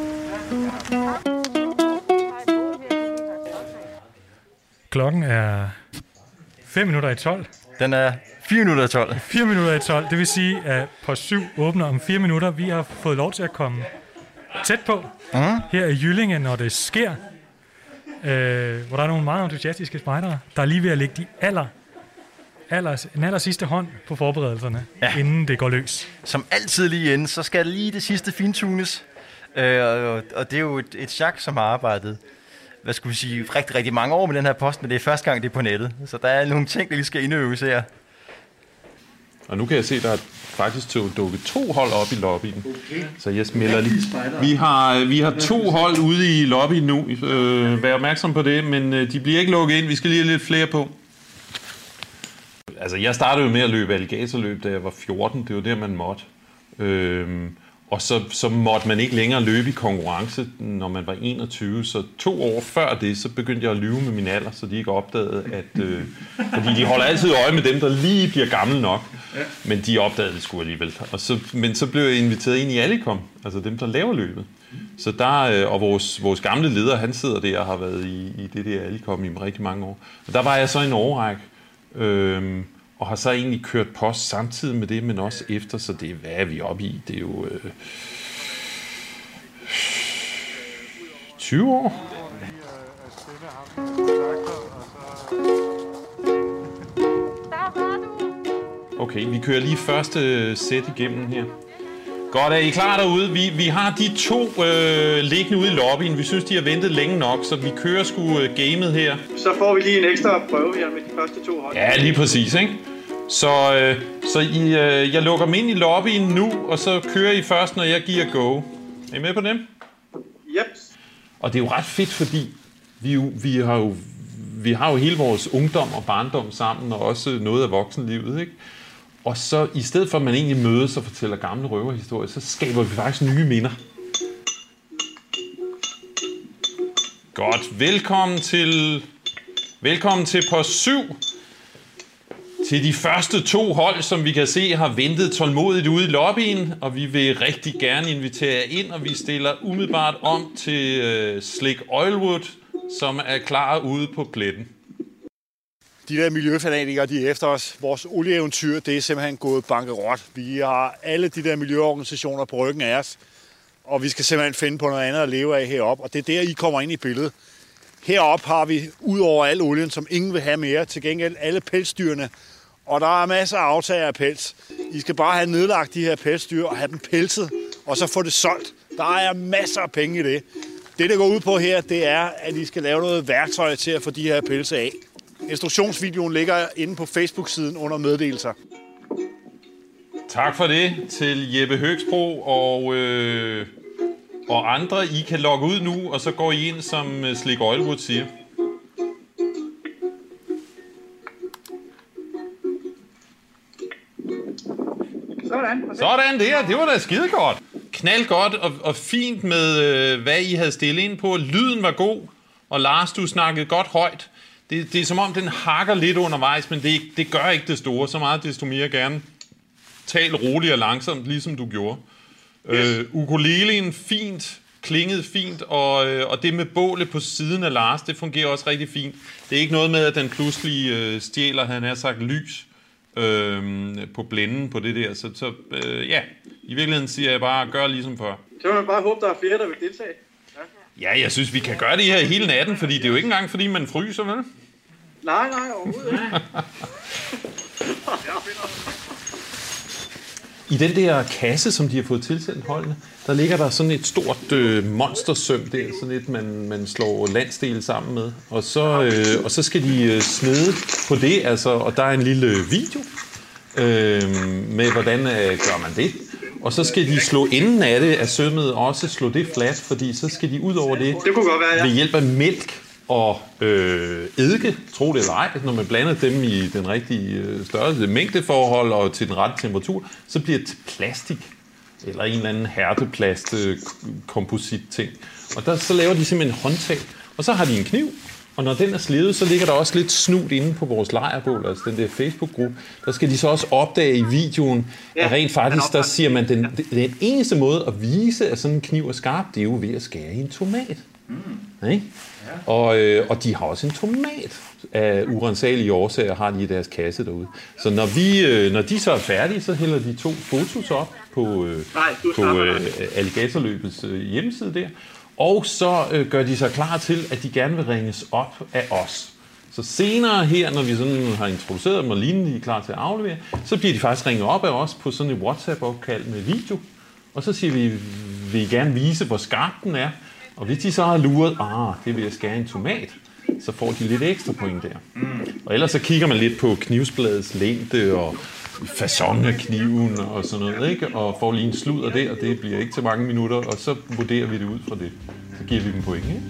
Klokken er fem minutter i tolv. Den er fire minutter i tolv. fire minutter i tolv. Det vil sige, at Post syv åbner om fire minutter. Vi har fået lov til at komme tæt på uh-huh. her i Jyllinge, når det sker. Øh, hvor der er nogle meget entusiastiske spejdere, der er lige ved at lægge de aller, aller, den aller sidste hånd på forberedelserne, ja. inden det går løs. Som altid lige inden, så skal det lige det sidste fintunes. Øh, og, og det er jo et, et chak, som har arbejdet hvad skulle vi sige, rigtig, rigtig mange år med den her post, men det er første gang, det er på nettet. Så der er nogle ting, der lige skal indøves her. Og nu kan jeg se, at der er faktisk dukket to hold op i lobbyen. Okay. Så jeg smelter lige. Vi har, vi har to hold ude i lobbyen nu. Øh, vær opmærksom på det, men de bliver ikke lukket ind. Vi skal lige have lidt flere på. Altså, jeg startede jo med at løbe alligatorløb, da jeg var fjorten. Det var der, man måtte. Øh, Og så, så måtte man ikke længere løbe i konkurrence, når man var enogtyve. Så to år før det, så begyndte jeg at lyve med min alder, så de ikke opdagede, at... Øh, fordi de holder altid øje med dem, der lige bliver gamle nok. Men de opdagede det sgu alligevel. Og så, men så blev jeg inviteret ind i Allicom, altså dem, der laver løbet. Så der, og vores, vores gamle leder, han sidder der og har været i, i det der Allicom i rigtig mange år. Og der var jeg så en årrække. Øh, og har så egentlig kørt post samtidig med det, men også efter, så det er, hvad er vi oppe i? Det er jo øh, tyve år. Okay, vi kører lige første sæt igennem her. Godt, er I klar derude? Vi, vi har de to øh, liggende ude i lobbyen. Vi synes, de har ventet længe nok, så vi kører sgu øh, gamet her. Så får vi lige en ekstra prøve her med de første to hold. Ja, lige præcis, ikke? Så, øh, så I, øh, jeg lukker dem ind i lobbyen nu, og så kører I først, når jeg giver go. Er I med på dem? Yep. Og det er jo ret fedt, fordi vi, jo, vi, har jo, vi har jo hele vores ungdom og barndom sammen, og også noget af voksenlivet, ikke? Og så i stedet for, at man egentlig mødes og fortæller gamle røverhistorier, så skaber vi faktisk nye minder. Godt. Velkommen til, velkommen til Post syv. Til de første to hold, som vi kan se, har ventet tålmodigt ude i lobbyen, og vi vil rigtig gerne invitere jer ind, og vi stiller umiddelbart om til uh, Slik Øjlmund, som er klar ude på pletten. De der miljøfanatikere, de er efter os. Vores olieeventyr, det er simpelthen gået bankerot. Vi har alle de der miljøorganisationer på ryggen af os, og vi skal simpelthen finde på noget andet at leve af heroppe, og det er der, I kommer ind i billedet. Heroppe har vi, ud over al olien, som ingen vil have mere, til gengæld alle pelsdyrene, og der er masser af aftager af pels. I skal bare have nedlagt de her pelsdyr og have dem pelset, og så få det solgt. Der er masser af penge i det. Det, der går ud på her, det er, at I skal lave noget værktøj til at få de her pelse af. Instruktionsvideoen ligger inde på Facebook-siden under meddelelser. Tak for det til Jeppe Høgsbro og, øh, og andre. I kan logge ud nu, og så går I ind, som Slik Oilwood siger. Sådan. Sådan der, det var da skide godt. Knald godt og, og fint med, øh, hvad I havde stillet ind på. Lyden var god, og Lars, du snakkede godt højt. Det, det er som om, den hakker lidt undervejs, men det, det gør ikke det store. Så meget desto mere gerne. Tal roligt og langsomt, ligesom du gjorde. Yes. Øh, ukulelen fint, klingede fint, og, øh, og det med bålet på siden af Lars, det fungerer også rigtig fint. Det er ikke noget med, at den pludselig øh, stjæler, han har sagt, lys øh, på blænden på det der. Så, så øh, ja, i virkeligheden siger jeg bare, gør ligesom før. Så må man bare håbe, der er flere, der vil deltage. Ja, jeg synes, vi kan gøre det her hele natten, fordi det er jo ikke engang, fordi man fryser, vel? Nej, nej, overhovedet ikke. I den der kasse, som de har fået tilsendt holdene, der ligger der sådan et stort øh, monstersøm der, sådan et, man, man slår landsdele sammen med. Og så, øh, og så skal de øh, snede på det, altså, og der er en lille video øh, med, hvordan øh, gør man det. Og så skal de slå inden af det, af sømmet, også slå det fladt, fordi så skal de ud over det, det kunne godt være, ja. ved hjælp af mælk og øh, eddike, tro det eller ej, når man blander dem i den rigtige øh, størrelse, mængdeforhold og til den rette temperatur, så bliver det til plastik, eller en eller anden hærteplast øh, komposit ting. Og der, så laver de simpelthen håndtag, og så har de en kniv, og når den er slidet, så ligger der også lidt snut inde på vores lejrbål, altså den der Facebook-gruppe. Der skal de så også opdage i videoen, ja, at rent faktisk, der siger man, den, den eneste måde at vise, at sådan en kniv er skarp, det er jo ved at skære i en tomat. Mm. Ikke? Ja. Og, øh, og de har også en tomat af urensagelige årsager, har de i deres kasse derude. Så når, vi, øh, når de så er færdige, så hælder de to fotos op på, øh, Nej, på øh, Alligatorløbets øh, hjemmeside der. Og så øh, gør de sig klar til, at de gerne vil ringes op af os. Så senere her, når vi sådan har introduceret dem og lignende, de er klar til at aflevere, så bliver de faktisk ringet op af os på sådan et WhatsApp-opkald med video. Og så siger vi, vi gerne vise, hvor skarp den er. Og hvis de så har luret, ah, det vil jeg skære en tomat, så får de lidt ekstra point der. Mm. Og ellers så kigger man lidt på knivsbladets længde og facon af kniven og sådan noget, ikke? Og får lige en slud af det, og det bliver ikke til mange minutter, og så vurderer vi det ud fra det. Så giver vi dem point, ikke?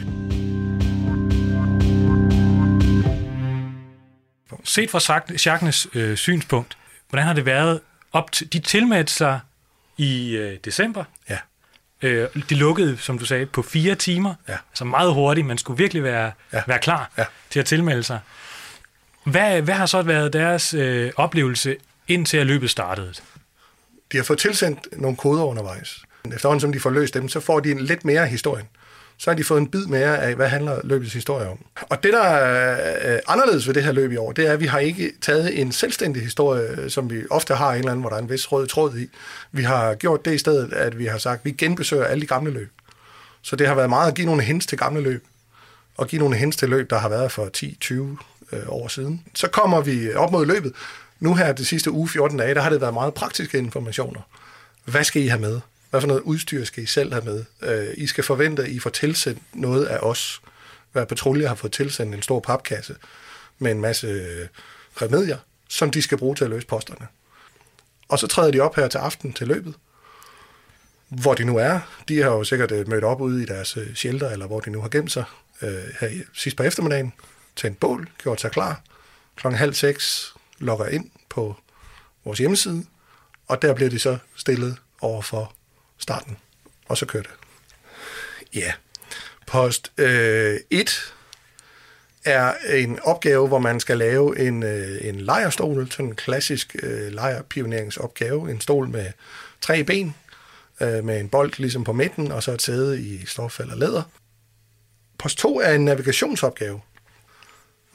Set fra Schacknes øh, synspunkt, hvordan har det været op til, de tilmeldte sig i øh, december? Ja. Øh, de lukkede, som du sagde, på fire timer. Ja. Altså meget hurtigt. Man skulle virkelig være, ja. være klar ja. til at tilmelde sig. Hvad, hvad har så været deres øh, oplevelse, indtil at løbet startede? De har fået tilsendt nogle koder undervejs. Efterhånden som de får løst dem, så får de en lidt mere af historien. Så har de fået en bid mere af, hvad handler løbets historie om. Og det, der er anderledes ved det her løb i år, det er, at vi har ikke taget en selvstændig historie, som vi ofte har en eller anden, hvor der er en vis rød tråd i. Vi har gjort det i stedet, at vi har sagt, at vi genbesøger alle de gamle løb. Så det har været meget at give nogle hints til gamle løb, og give nogle hints til løb, der har været for ti tyve år siden. Så kommer vi op mod løbet. Nu her de sidste uge, fjorten dage, der har det været meget praktiske informationer. Hvad skal I have med? Hvad for noget udstyr skal I selv have med? I skal forvente, at I får tilsendt noget af os. Hver patrulje har fået tilsendt en stor papkasse med en masse remedier, som de skal bruge til at løse posterne. Og så træder de op her til aften til løbet, hvor de nu er. De har jo sikkert mødt op ude i deres shelter, eller hvor de nu har gemt sig her sidst på eftermiddagen, til en bål, gjort sig klar. Klokken halv seks logger ind på vores hjemmeside, og der bliver de så stillet over for starten, og så kører det. Ja, yeah. Post øh, et er en opgave, hvor man skal lave en, øh, en lejrstol, sådan en klassisk øh, lejrpioneringsopgave, en stol med tre ben, øh, med en bold ligesom på midten, og så et sæde i stof eller læder. Post to er en navigationsopgave.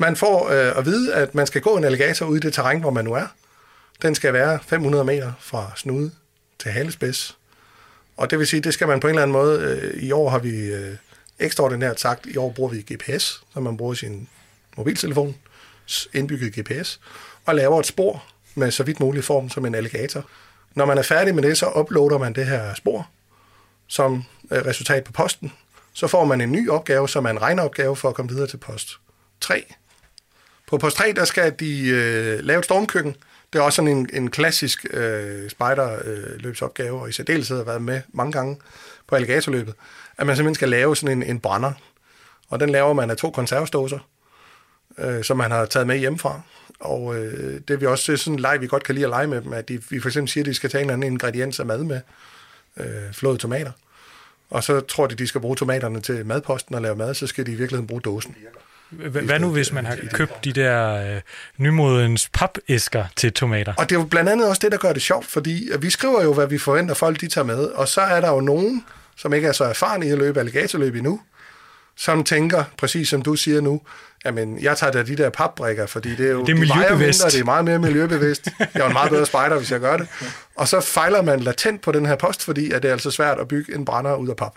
Man får øh, at vide, at man skal gå en alligator ude i det terræn, hvor man nu er. Den skal være fem hundrede meter fra snude til halespids. Og det vil sige, det skal man på en eller anden måde... Øh, I år har vi øh, ekstraordinært sagt, i år bruger vi G P S, så man bruger sin mobiltelefon, indbygget G P S, og laver et spor med så vidt mulig form som en alligator. Når man er færdig med det, så uploader man det her spor som øh, resultat på posten. Så får man en ny opgave, som er en regneopgave for at komme videre til post tre. På post tre, der skal de øh, lave et stormkøkken. Det er også sådan en, en klassisk øh, spejderløbsopgave, øh, og i særdeleshed har været med mange gange på alligatorløbet, at man simpelthen skal lave sådan en, en brænder. Og den laver man af to konservesdåser, øh, som man har taget med hjemmefra. Og øh, det vi også sådan en leg, vi godt kan lide at lege med dem, at de, vi for eksempel siger, at de skal tage en eller anden ingrediens af mad med, øh, flåede tomater. Og så tror de, de skal bruge tomaterne til madposten og lave mad, så skal de i virkeligheden bruge dåsen. Hvad nu, hvis man har købt de der øh, nymodens papæsker til tomater? Og det er jo blandt andet også det, der gør det sjovt, fordi vi skriver jo, hvad vi forventer folk, de tager med, og så er der jo nogen, som ikke er så erfarne i at løbe alligatorløb endnu, som tænker, præcis som du siger nu, jamen, jeg tager da de der papbrikker, fordi det er jo det er miljøbevidst. Mindre, det er meget mere miljøbevidst. Jeg er en meget bedre spejder, hvis jeg gør det. Og så fejler man latent på den her post, fordi at det er altså svært at bygge en brænder ud af pap.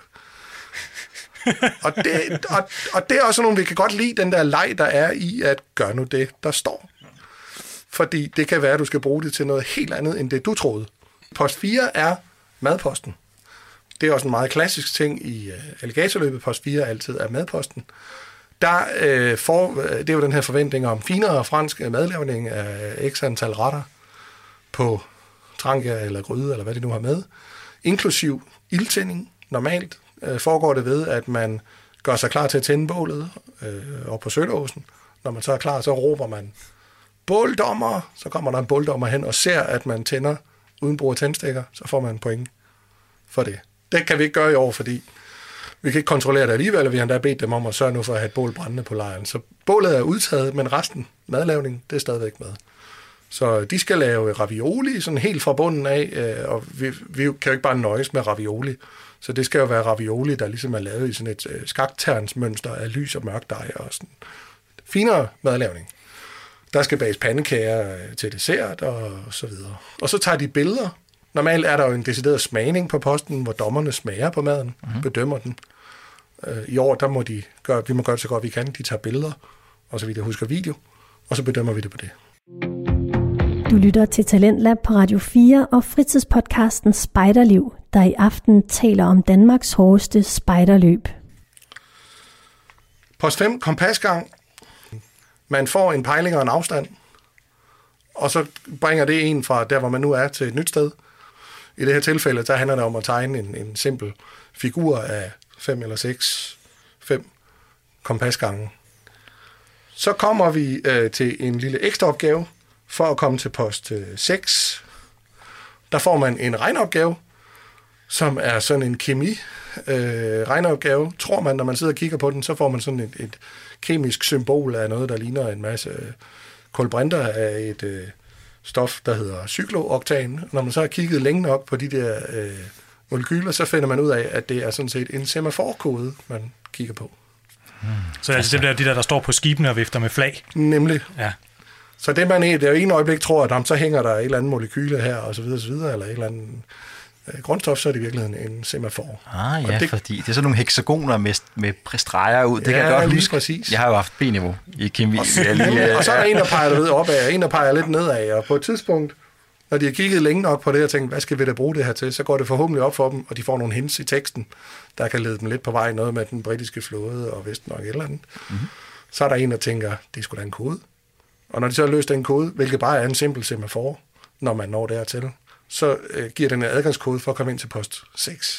og, det, og, og det er også nogle, vi kan godt lide, den der leg, der er i at gøre nu det, der står. Fordi det kan være, at du skal bruge det til noget helt andet, end det du troede. Post fire er madposten. Det er også en meget klassisk ting i uh, alligatorløbet. Post fire er altid er madposten. Der øh, for, det er jo den her forventning om finere fransk madlavning af x antal retter på tranke eller gryde, eller hvad de nu har med. Inklusiv ildtænding. Normalt øh, foregår det ved, at man gør sig klar til at tænde bålet øh, op på sølåsen. Når man så er klar, så råber man båldommer. Så kommer der en båldommer hen og ser, at man tænder uden brug af tændstikker. Så får man en point for det. Det kan vi ikke gøre i år, fordi vi kan ikke kontrollere det alligevel, og vi har endda bedt dem om at sørge nu for at have et bål brændende på lejren. Så bålet er udtaget, men resten, madlavning, det er stadigvæk med. Så de skal lave ravioli, sådan helt fra bunden af, og vi, vi kan jo ikke bare nøjes med ravioli. Så det skal jo være ravioli, der ligesom er lavet i sådan et skakternsmønster af lys og mørk dej og sådan finere madlavning. Der skal bages pandekager til dessert og så videre. Og så tager de billeder. Normalt er der jo en decideret smagning på posten, hvor dommerne smager på maden, mm-hmm. bedømmer den. I år, der må de gøre, vi må gøre det så godt vi kan. De tager billeder, og så vidt jeg husker video, og så bedømmer vi det på det. Du lytter til Talentlab på Radio fire og fritidspodcasten Spejderliv, der i aften taler om Danmarks hårdeste spejderløb. Post fem, kompasgang. Man får en pejling og en afstand, og så bringer det en fra der, hvor man nu er, til et nyt sted. I det her tilfælde, der handler det om at tegne en, en simpel figur af fem eller seks, fem kompasgange. Så kommer vi øh, til en lille ekstra opgave. For at komme til post seks, der får man en regneopgave, som er sådan en kemi øh, regneopgave. Tror man, når man sidder og kigger på den, så får man sådan et, et kemisk symbol af noget, der ligner en masse kulbrinter af et øh, stof, der hedder cyklooktan. Når man så har kigget længe nok på de der øh, molekyler, så finder man ud af, at det er sådan set en semaforkode, man kigger på. Hmm. Så det er altså det der, de der, der står på skibene og vifter med flag? Nemlig. Ja. Så det man det er jo en øjeblik tror, at jamen, så hænger der et eller andet molekyle her, og så videre, så videre, eller et eller andet øh, grundstof, så er det i virkeligheden en semafor. Ah ja, det, fordi det er sådan nogle hexagoner med, med streger ud. Det ja, kan jeg godt huske. Præcis. Jeg har jo haft B-niveau i kemi. Og, lige, og så er der en, der peger ved opad, og en, der peger lidt nedad, og på et tidspunkt, når de har kigget længe nok på det og tænkt, hvad skal vi da bruge det her til, så går det forhåbentlig op for dem, og de får nogle hints i teksten, der kan lede dem lidt på vej, noget med den britiske flåde og vist nok et eller andet. Mm-hmm. Så er der en, der tænker, det er sgu da en kode. Og når de så har løst den kode, hvilket bare er en simpel semafor, når man når dertil, så øh, giver den en adgangskode for at komme ind til post seks.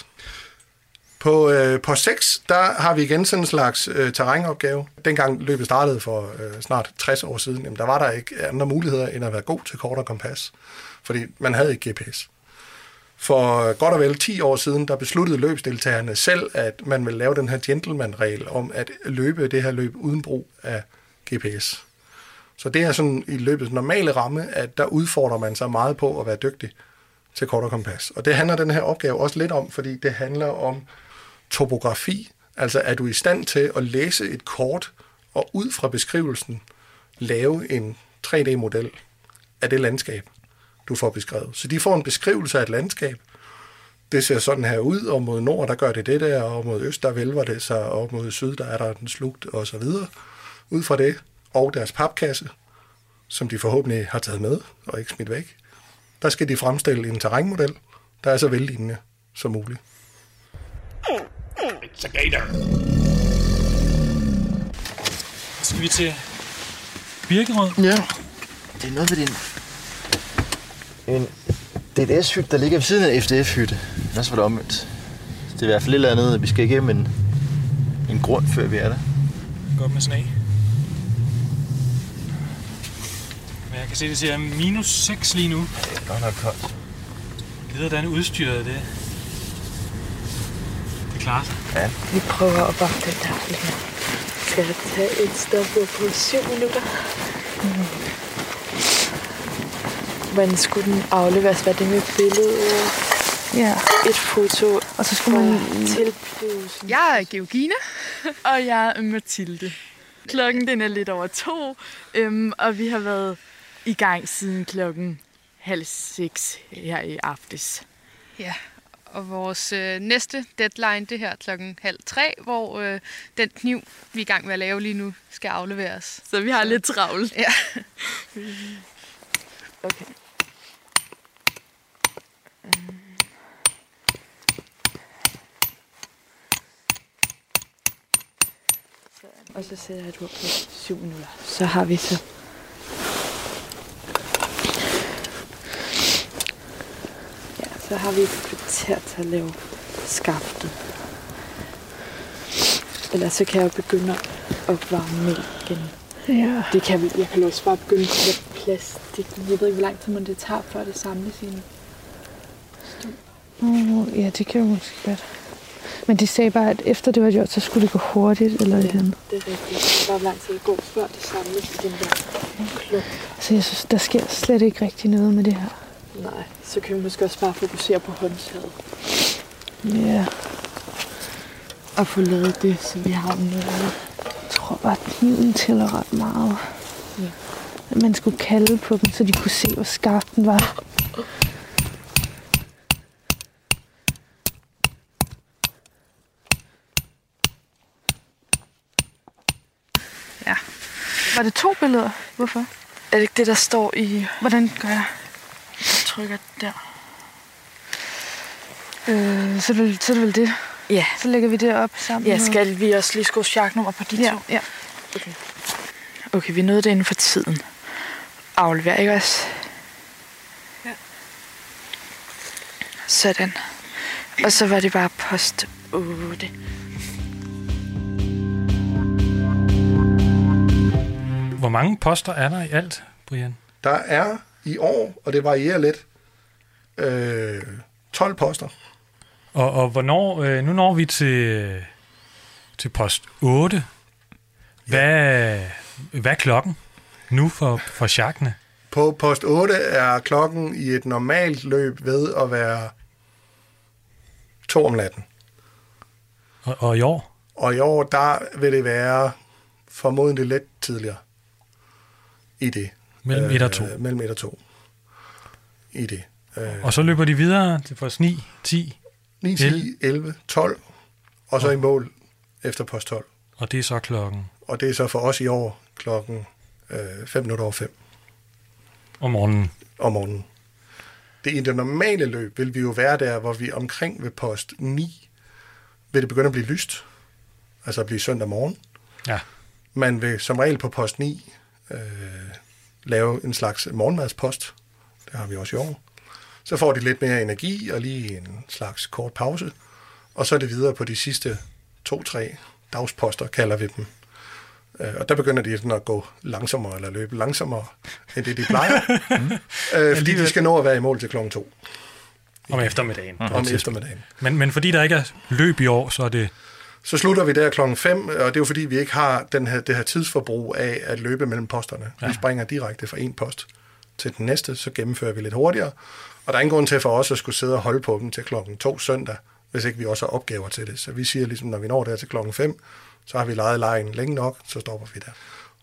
På øh, post seks, der har vi igen sådan en slags øh, terrænopgave. Dengang løbet startede for øh, snart tres år siden, jamen, der var der ikke andre muligheder end at være god til kort og kompas, fordi man havde ikke G P S. For godt og vel ti år siden, der besluttede løbsdeltagerne selv, at man ville lave den her gentleman-regel om at løbe det her løb uden brug af G P S. Så det er sådan i løbets normale ramme, at der udfordrer man sig meget på at være dygtig til kort og kompas. Og det handler den her opgave også lidt om, fordi det handler om topografi. Altså er du i stand til at læse et kort, og ud fra beskrivelsen lave en tre D-model af det landskab, du får beskrevet. Så de får en beskrivelse af et landskab. Det ser sådan her ud, og mod nord, der gør det det der, og mod øst, der vælver det sig, og mod syd, der er der den slugt, og så videre. Ud fra det, og deres papkasse, som de forhåbentlig har taget med, og ikke smidt væk, der skal de fremstille en terrænmodel, der er så vellignende som muligt. Så skal vi til Birkerød? Ja, det er noget ved din... En D D S-hytte, der ligger ved siden af en F D F-hytte. Det er også for det omvendt. Det er i hvert fald lidt andet. Vi skal igennem en, en grund, før vi er der. Godt med sne. Men jeg kan se, det siger minus seks lige nu. Det er godt nok koldt. Jeg ved, hvordan udstyret det. Det klarer sig. Ja. Vi prøver at bakke den der lidt. Skal jeg tage et stopur på syv minutter? Mm. Hvordan skulle den afleveres? Hvad det med billede? Ja. Et foto. Og så skulle man tilblivelsen. Jeg er Georgina. Og jeg er Mathilde. Klokken den er lidt over to, øhm, og vi har været i gang siden klokken halv seks her i aftes. Ja, og vores øh, næste deadline, det her klokken halv tre, hvor øh, den kniv, vi er i gang med at lave lige nu, skal afleveres. Så vi har Så. lidt travlt. Ja. Okay. Og så sætter jeg et ord på syv minutter. Så har vi så... Ja, så har vi et kvarter til at lave skaftet. Eller så kan jeg begynde at opvarme mælken. Ja. Det kan vi. Jeg kan også bare begynde at sætte plastik. Jeg ved ikke, hvor lang tid man det tager, før det samles i en stum. Oh, ja, det kan jo måske godt. Men de sagde bare, at efter det var gjort, så skulle det gå hurtigt, eller ja, et eller andet. Det er rigtigt. Det er bare lang tid at gå, før det samles i den der klub. Så jeg synes, der sker slet ikke rigtig noget med det her. Nej, så kan vi måske også bare fokusere på håndtaget. Ja. Og få lavet det, så vi har noget. Jeg tror bare, at kniven tæller ret meget. Ja. Man skulle kalde på dem, så de kunne se, hvor skarp den var. Ja. Var det to billeder? Hvorfor? Er det ikke det, der står i... Hvordan gør jeg? Jeg trykker der. Øh, så, vil, så er det vel det? Ja. Så lægger vi det op sammen. Ja, skal vi også lige skrive sjaknummer på de ja, to? Ja. Okay. Okay, vi nåede det inden for tiden. Aflever, ikke også? Ja. Sådan. Og så var det bare post otte. Hvor mange poster er der i alt, Brian? Der er i år, og det varierer lidt, øh, tolv poster. Og, og hvornår, øh, nu når vi til, til post otte. Hvad, hvad er klokken nu for, for sjakene? På post otte er klokken i et normalt løb ved at være to om natten. Og, og i år? Og i år, der vil det være formodentlig lidt tidligere i det. Mellem et og to? Øh, mellem et og to i det. Øh, og så løber de videre til post ni, ti, ni, ti, elleve, tolv, og så i mål efter post tolv. Og det er så klokken? Og det er så for os i år klokken øh, fem minutter over fem. Om morgenen? Om morgenen. Det i det normale løb vil vi jo være der, hvor vi omkring ved post ni vil det begynde at blive lyst. Altså at blive søndag morgen. Ja. Man vil som regel på post ni øh, lave en slags morgenmadspost. Det har vi også i år. Så får de lidt mere energi og lige en slags kort pause. Og så er det videre på de sidste to-tre dagsposter, kalder vi dem. Og der begynder de sådan at gå langsommere, eller løbe langsommere, end det de plejer. mm. øh, fordi de skal nå at være i mål til klokken to. Om eftermiddagen. Mm. Om eftermiddagen. Men, men fordi der ikke er løb i år, så er det... Så slutter vi der klokken fem, og det er jo fordi, vi ikke har den her, det her tidsforbrug af at løbe mellem posterne. Ja. Vi springer direkte fra en post til den næste, så gennemfører vi lidt hurtigere. Og der er ingen grund til for os at skulle sidde og holde på dem til klokken to søndag, hvis ikke vi også har opgaver til det. Så vi siger ligesom, når vi når der til klokken fem, så har vi lejet lejen længe nok, så stopper vi der.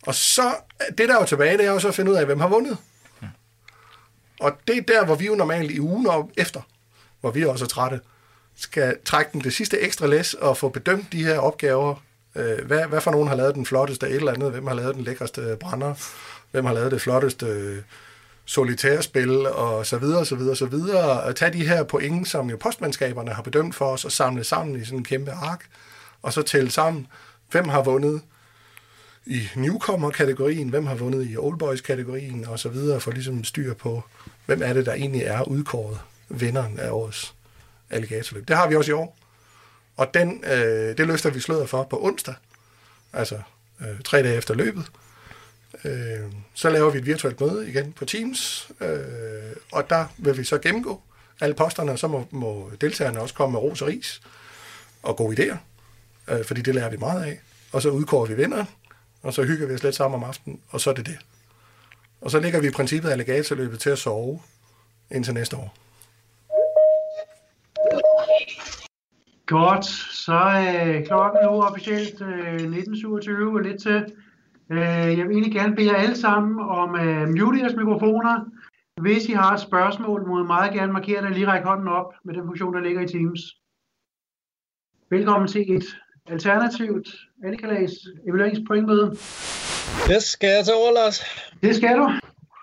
Og så, det der er jo tilbage, det er jo så at finde ud af, hvem har vundet. Mm. Og det er der, hvor vi jo normalt i ugen op efter, hvor vi også er trætte, skal trække den det sidste ekstra læs og få bedømt de her opgaver. Hvad, hvad for nogen har lavet den flotteste et eller andet? Hvem har lavet den lækreste brænder? Hvem har lavet det flotteste solitærspil? Og så videre, så videre, så videre. Og tage de her point, som jo postmandskaberne har bedømt for os, og samle sammen i sådan en kæmpe ark. Og så tælle sammen, hvem har vundet i newcomer-kategorien, hvem har vundet i oldboys-kategorien, og så videre, for ligesom styr på, hvem er det, der egentlig er udkåret vinderen af årets alligatorløb. Det har vi også i år. Og den, øh, det løfter vi sløret for på onsdag, altså øh, tre dage efter løbet. Øh, så laver vi et virtuelt møde igen på Teams, øh, og der vil vi så gennemgå alle posterne, og så må, må deltagerne også komme med ros og ris og gode idéer, øh, fordi det lærer vi meget af. Og så udkårer vi vinderen, og så hygger vi os lidt sammen om aftenen, og så er det det. Og så lægger vi i princippet alligatorløbet til at sove indtil næste år. Godt, så er øh, klokken nu officielt øh, nitten syvogtyve og lidt til. Øh, jeg vil egentlig gerne bede jer alle sammen om at øh, mute jeres mikrofoner. Hvis I har et spørgsmål, må I meget gerne markere det og lige række hånden op med den funktion, der ligger i Teams. Velkommen til et alternativt Allikalas evalueringspointmøde. Det skal jeg tage over, Lars. Det skal du.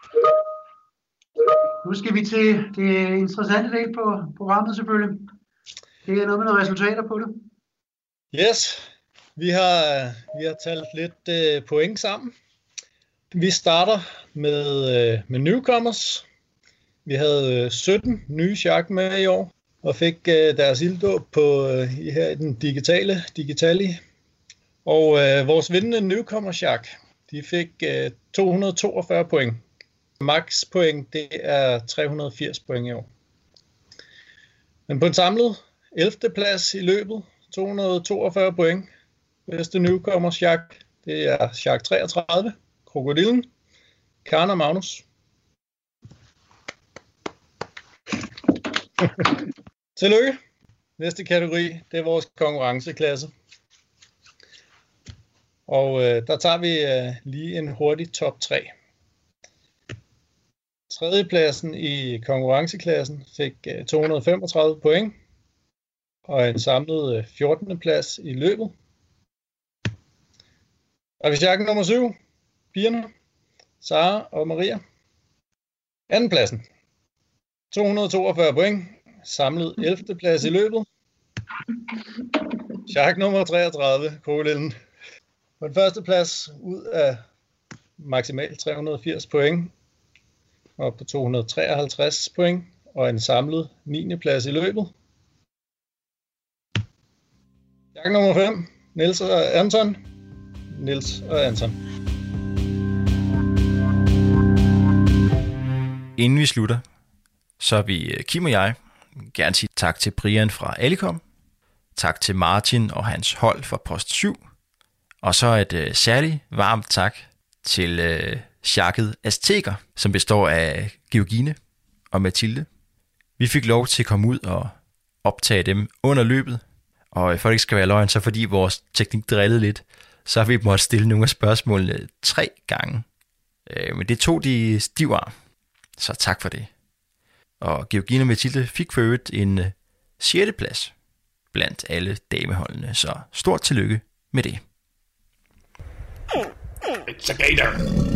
Nu skal vi til det interessante del på programmet selvfølgelig. Det er noget med nogle resultater på det. Yes, vi har, vi har talt lidt øh, point sammen. Vi starter med, øh, med newcomers. Vi havde øh, sytten nye shark med i år, og fik øh, deres ilddåb på øh, her i den digitale, digitale. Og øh, vores vindende newcomer shark, de fik øh, to hundrede toogfyrre point. Max point, det er tre hundrede og firs point i år. Men på en samlet ellevte plads i løbet, to hundrede og toogfyrre point. Bedste newcomer shark, det er shark treogtredive, krokodillen, Karen og Magnus. Tillykke. Næste kategori, det er vores konkurrenceklasse. Og øh, der tager vi øh, lige en hurtig top tre. Tredjepladsen i konkurrenceklassen fik øh, to hundrede og femogtredive point. Og en samlet øh, fjortende plads i løbet. Og vi sharken nummer syv, pigerne, Sara og Maria. Andenpladsen, to hundrede og toogfyrre point, samlet ellevte plads i løbet. Shark nummer treogtredive, krokodillen. På den første plads ud af maksimalt tre hundrede og firs point, og på to hundrede og treoghalvtreds point, og en samlet niende plads i løbet. Shark nummer fem, Niels og Anton. Niels og Anton. Inden vi slutter, så vil Kim og jeg gerne sige tak til Brian fra Allicom, tak til Martin og hans hold fra Post syv, og så et uh, særligt varmt tak til uh, sharket Azteker, som består af Georgine og Mathilde. Vi fik lov til at komme ud og optage dem under løbet, og for det ikke skal være løgn, så fordi vores teknik drillede lidt, så har vi måttet stille nogle af spørgsmålene tre gange. Uh, men det tog de stiv arm, så tak for det. Og Georgine og Mathilde fik for øvrigt en uh, sjette plads blandt alle dameholdene, så stort tillykke med det. It's a gator.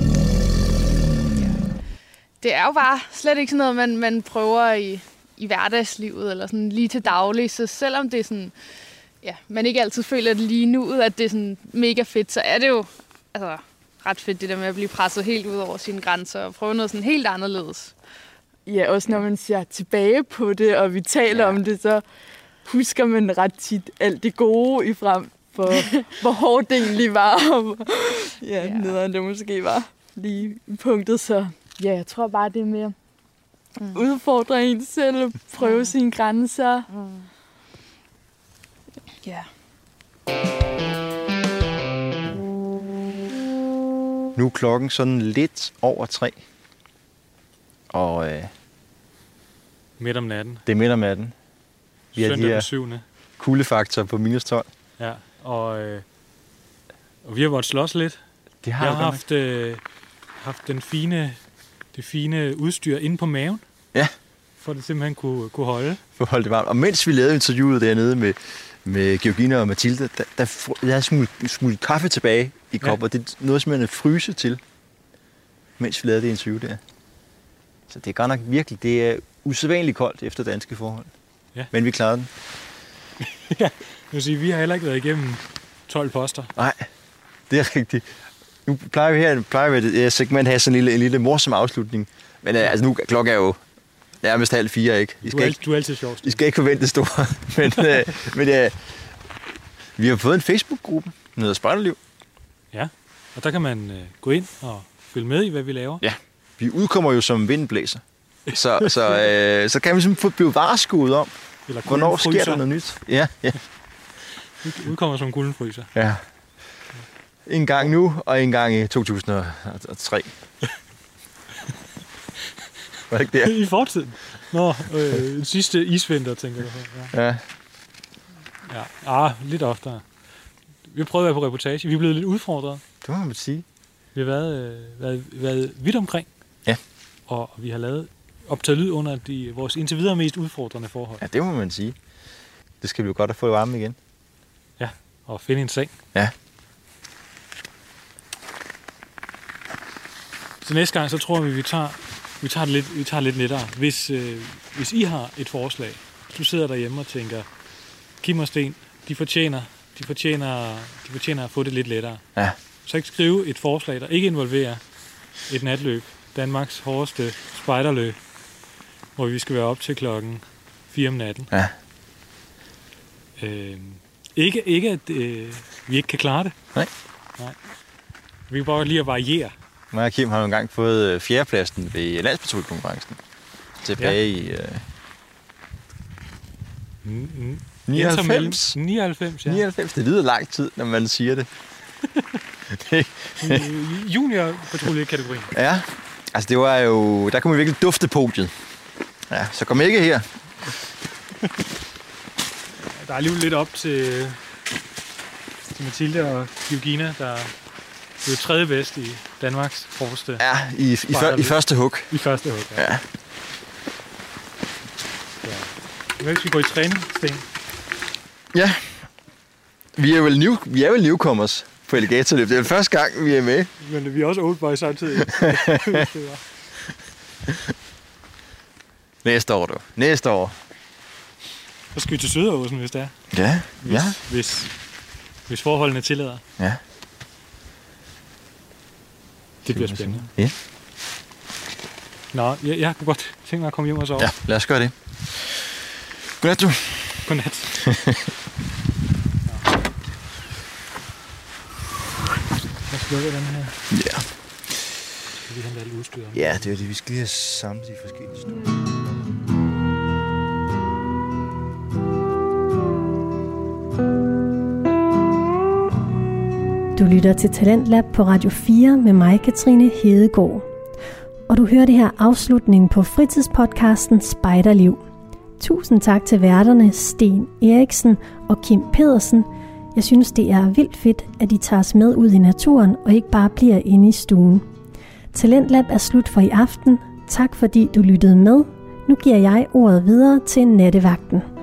Det er jo bare slet ikke sådan noget, man, man prøver i, i hverdagslivet, eller sådan lige til daglig. Så selvom det er sådan, ja, man ikke altid føler det lige nu, at det er sådan mega fedt, så er det jo altså, ret fedt det der med at blive presset helt ud over sine grænser og prøve noget sådan helt anderledes. Ja, også når man ser tilbage på det, og vi taler ja. om det, så husker man ret tit alt det gode i frem for, hvor hårdt det egentlig var, og ja, ja. nederen det måske var lige punktet. Så ja, jeg tror bare, det er mere mm. udfordre en selv, prøve mm. sine grænser. Mm. Ja. Nu er klokken sådan lidt over tre. Og øh, midt om natten. Det er midt om natten. Vi har Søndag de her den syvende kuldefaktor på minus tolv. Ja, og, øh, og vi har måttet slås lidt. Det har jeg du har haft, øh, haft den fine, det fine udstyr inde på maven. Ja. For at det simpelthen kunne, kunne holde. For at holde det varmt. Og mens vi lavede interviewet dernede med, med Georgina og Mathilde, der, der jeg havde smult, smult kaffe tilbage i kop, ja. Og det er noget, som man er fryse til, mens vi lavede det interview der. Så det er godt nok virkelig, det er usædvanligt koldt efter danske forhold. Ja. Men vi klarede den. Ja, jeg vil sige, vi har heller ikke været igennem tolv poster. Nej, det er rigtigt. Nu plejer vi her plejer vi det segment have sådan en lille, en lille morsom afslutning. Men ja. altså nu klokken er jo nærmest halv fire, ikke? I skal du, er, ikke, du er altid sjovt. I skal ikke forvente store. men øh, men ja, vi har fået en Facebook-gruppe, der hedder Spejderliv. Ja, og der kan man øh, gå ind og følge med i, hvad vi laver. Ja, vi udkommer jo som vindblæser. Så, så, øh, så kan vi simpelthen blive varskuet om, eller hvornår sker der noget nyt. Ja, ja. Vi udkommer som kuldenfryser. Ja. En gang nu, og en gang i to tusind og tre. Var det ikke det? I fortiden. Nå, øh, sidste isvinter, tænker jeg. Ja. Ja. Ja, ah, lidt oftere. Vi har prøvet at være på reportage. Vi er blevet lidt udfordret. Det må man sige. Vi har været, øh, været, været vidt omkring. Ja. Og vi har lavet optaget lyd under de, vores indtil videre mest udfordrende forhold. Ja, det må man sige. Det skal vi jo godt at få i varme igen. Ja, og finde en seng. Ja. Så næste gang, så tror vi, vi tager, vi tager, det, lidt, vi tager det lidt lettere. Hvis, øh, hvis I har et forslag, hvis du sidder derhjemme og tænker, Kim og Sten, de fortjener, de fortjener, de fortjener at få det lidt lettere. Ja. Så ikke skrive et forslag, der ikke involverer et natløb. Danmarks hårdeste spejderløb, hvor vi skal være op til klokken fire om natten. Ja. Øh, ikke, ikke at øh, vi ikke kan klare det. Nej. Nej. Vi kan bare lige at variere. Mig og Kim har jo engang fået fjerdepladsen ved landspatruljekonkurrencen. Tilbage ja. i øh... Mm-hmm. nioghalvfems. nioghalvfems, ja. nioghalvfems, det lyder lang tid, når man siger det. Junior-patruljekategorien. Ja, altså det var jo... Der kunne man virkelig dufte podiet. Ja, så kom ikke her. Der er alligevel lidt op til, til Mathilde og Georgina, der er jo tredje bedst i Danmarks hårdeste. Ja, i, i, før, i første hug. I første hug, ja. Ja. Ja. Hvis vi går i træning, Sten? Ja. Vi er vel, new, vi er vel newcomers på alligatorløb. Det er den første gang, vi er med. Men vi er også old boys samtidig. Næste år, du. Næste år. Så skal vi til Søderåsen, hvis det er. Ja, hvis, ja. Hvis, hvis forholdene tillader. Ja. Det bliver spændende. Ja. Nå, jeg, jeg kunne godt tænke mig at komme hjem og sove. Ja, lad os gøre det. Godnat, du. Godnat. Jeg slukker den her. Ja. Skal vi hente alt udstyret? Ja, det er det. Vi skal lige have samlet de forskellige studier. Du lytter til Talentlab på Radio fire med mig, Katrine Hedegaard. Og du hører det her afslutningen på fritidspodcasten Spejderliv. Tusind tak til værterne Sten Eriksen og Kim Pedersen. Jeg synes, det er vildt fedt, at de tager os med ud i naturen og ikke bare bliver inde i stuen. Talentlab er slut for i aften. Tak fordi du lyttede med. Nu giver jeg ordet videre til nattevagten.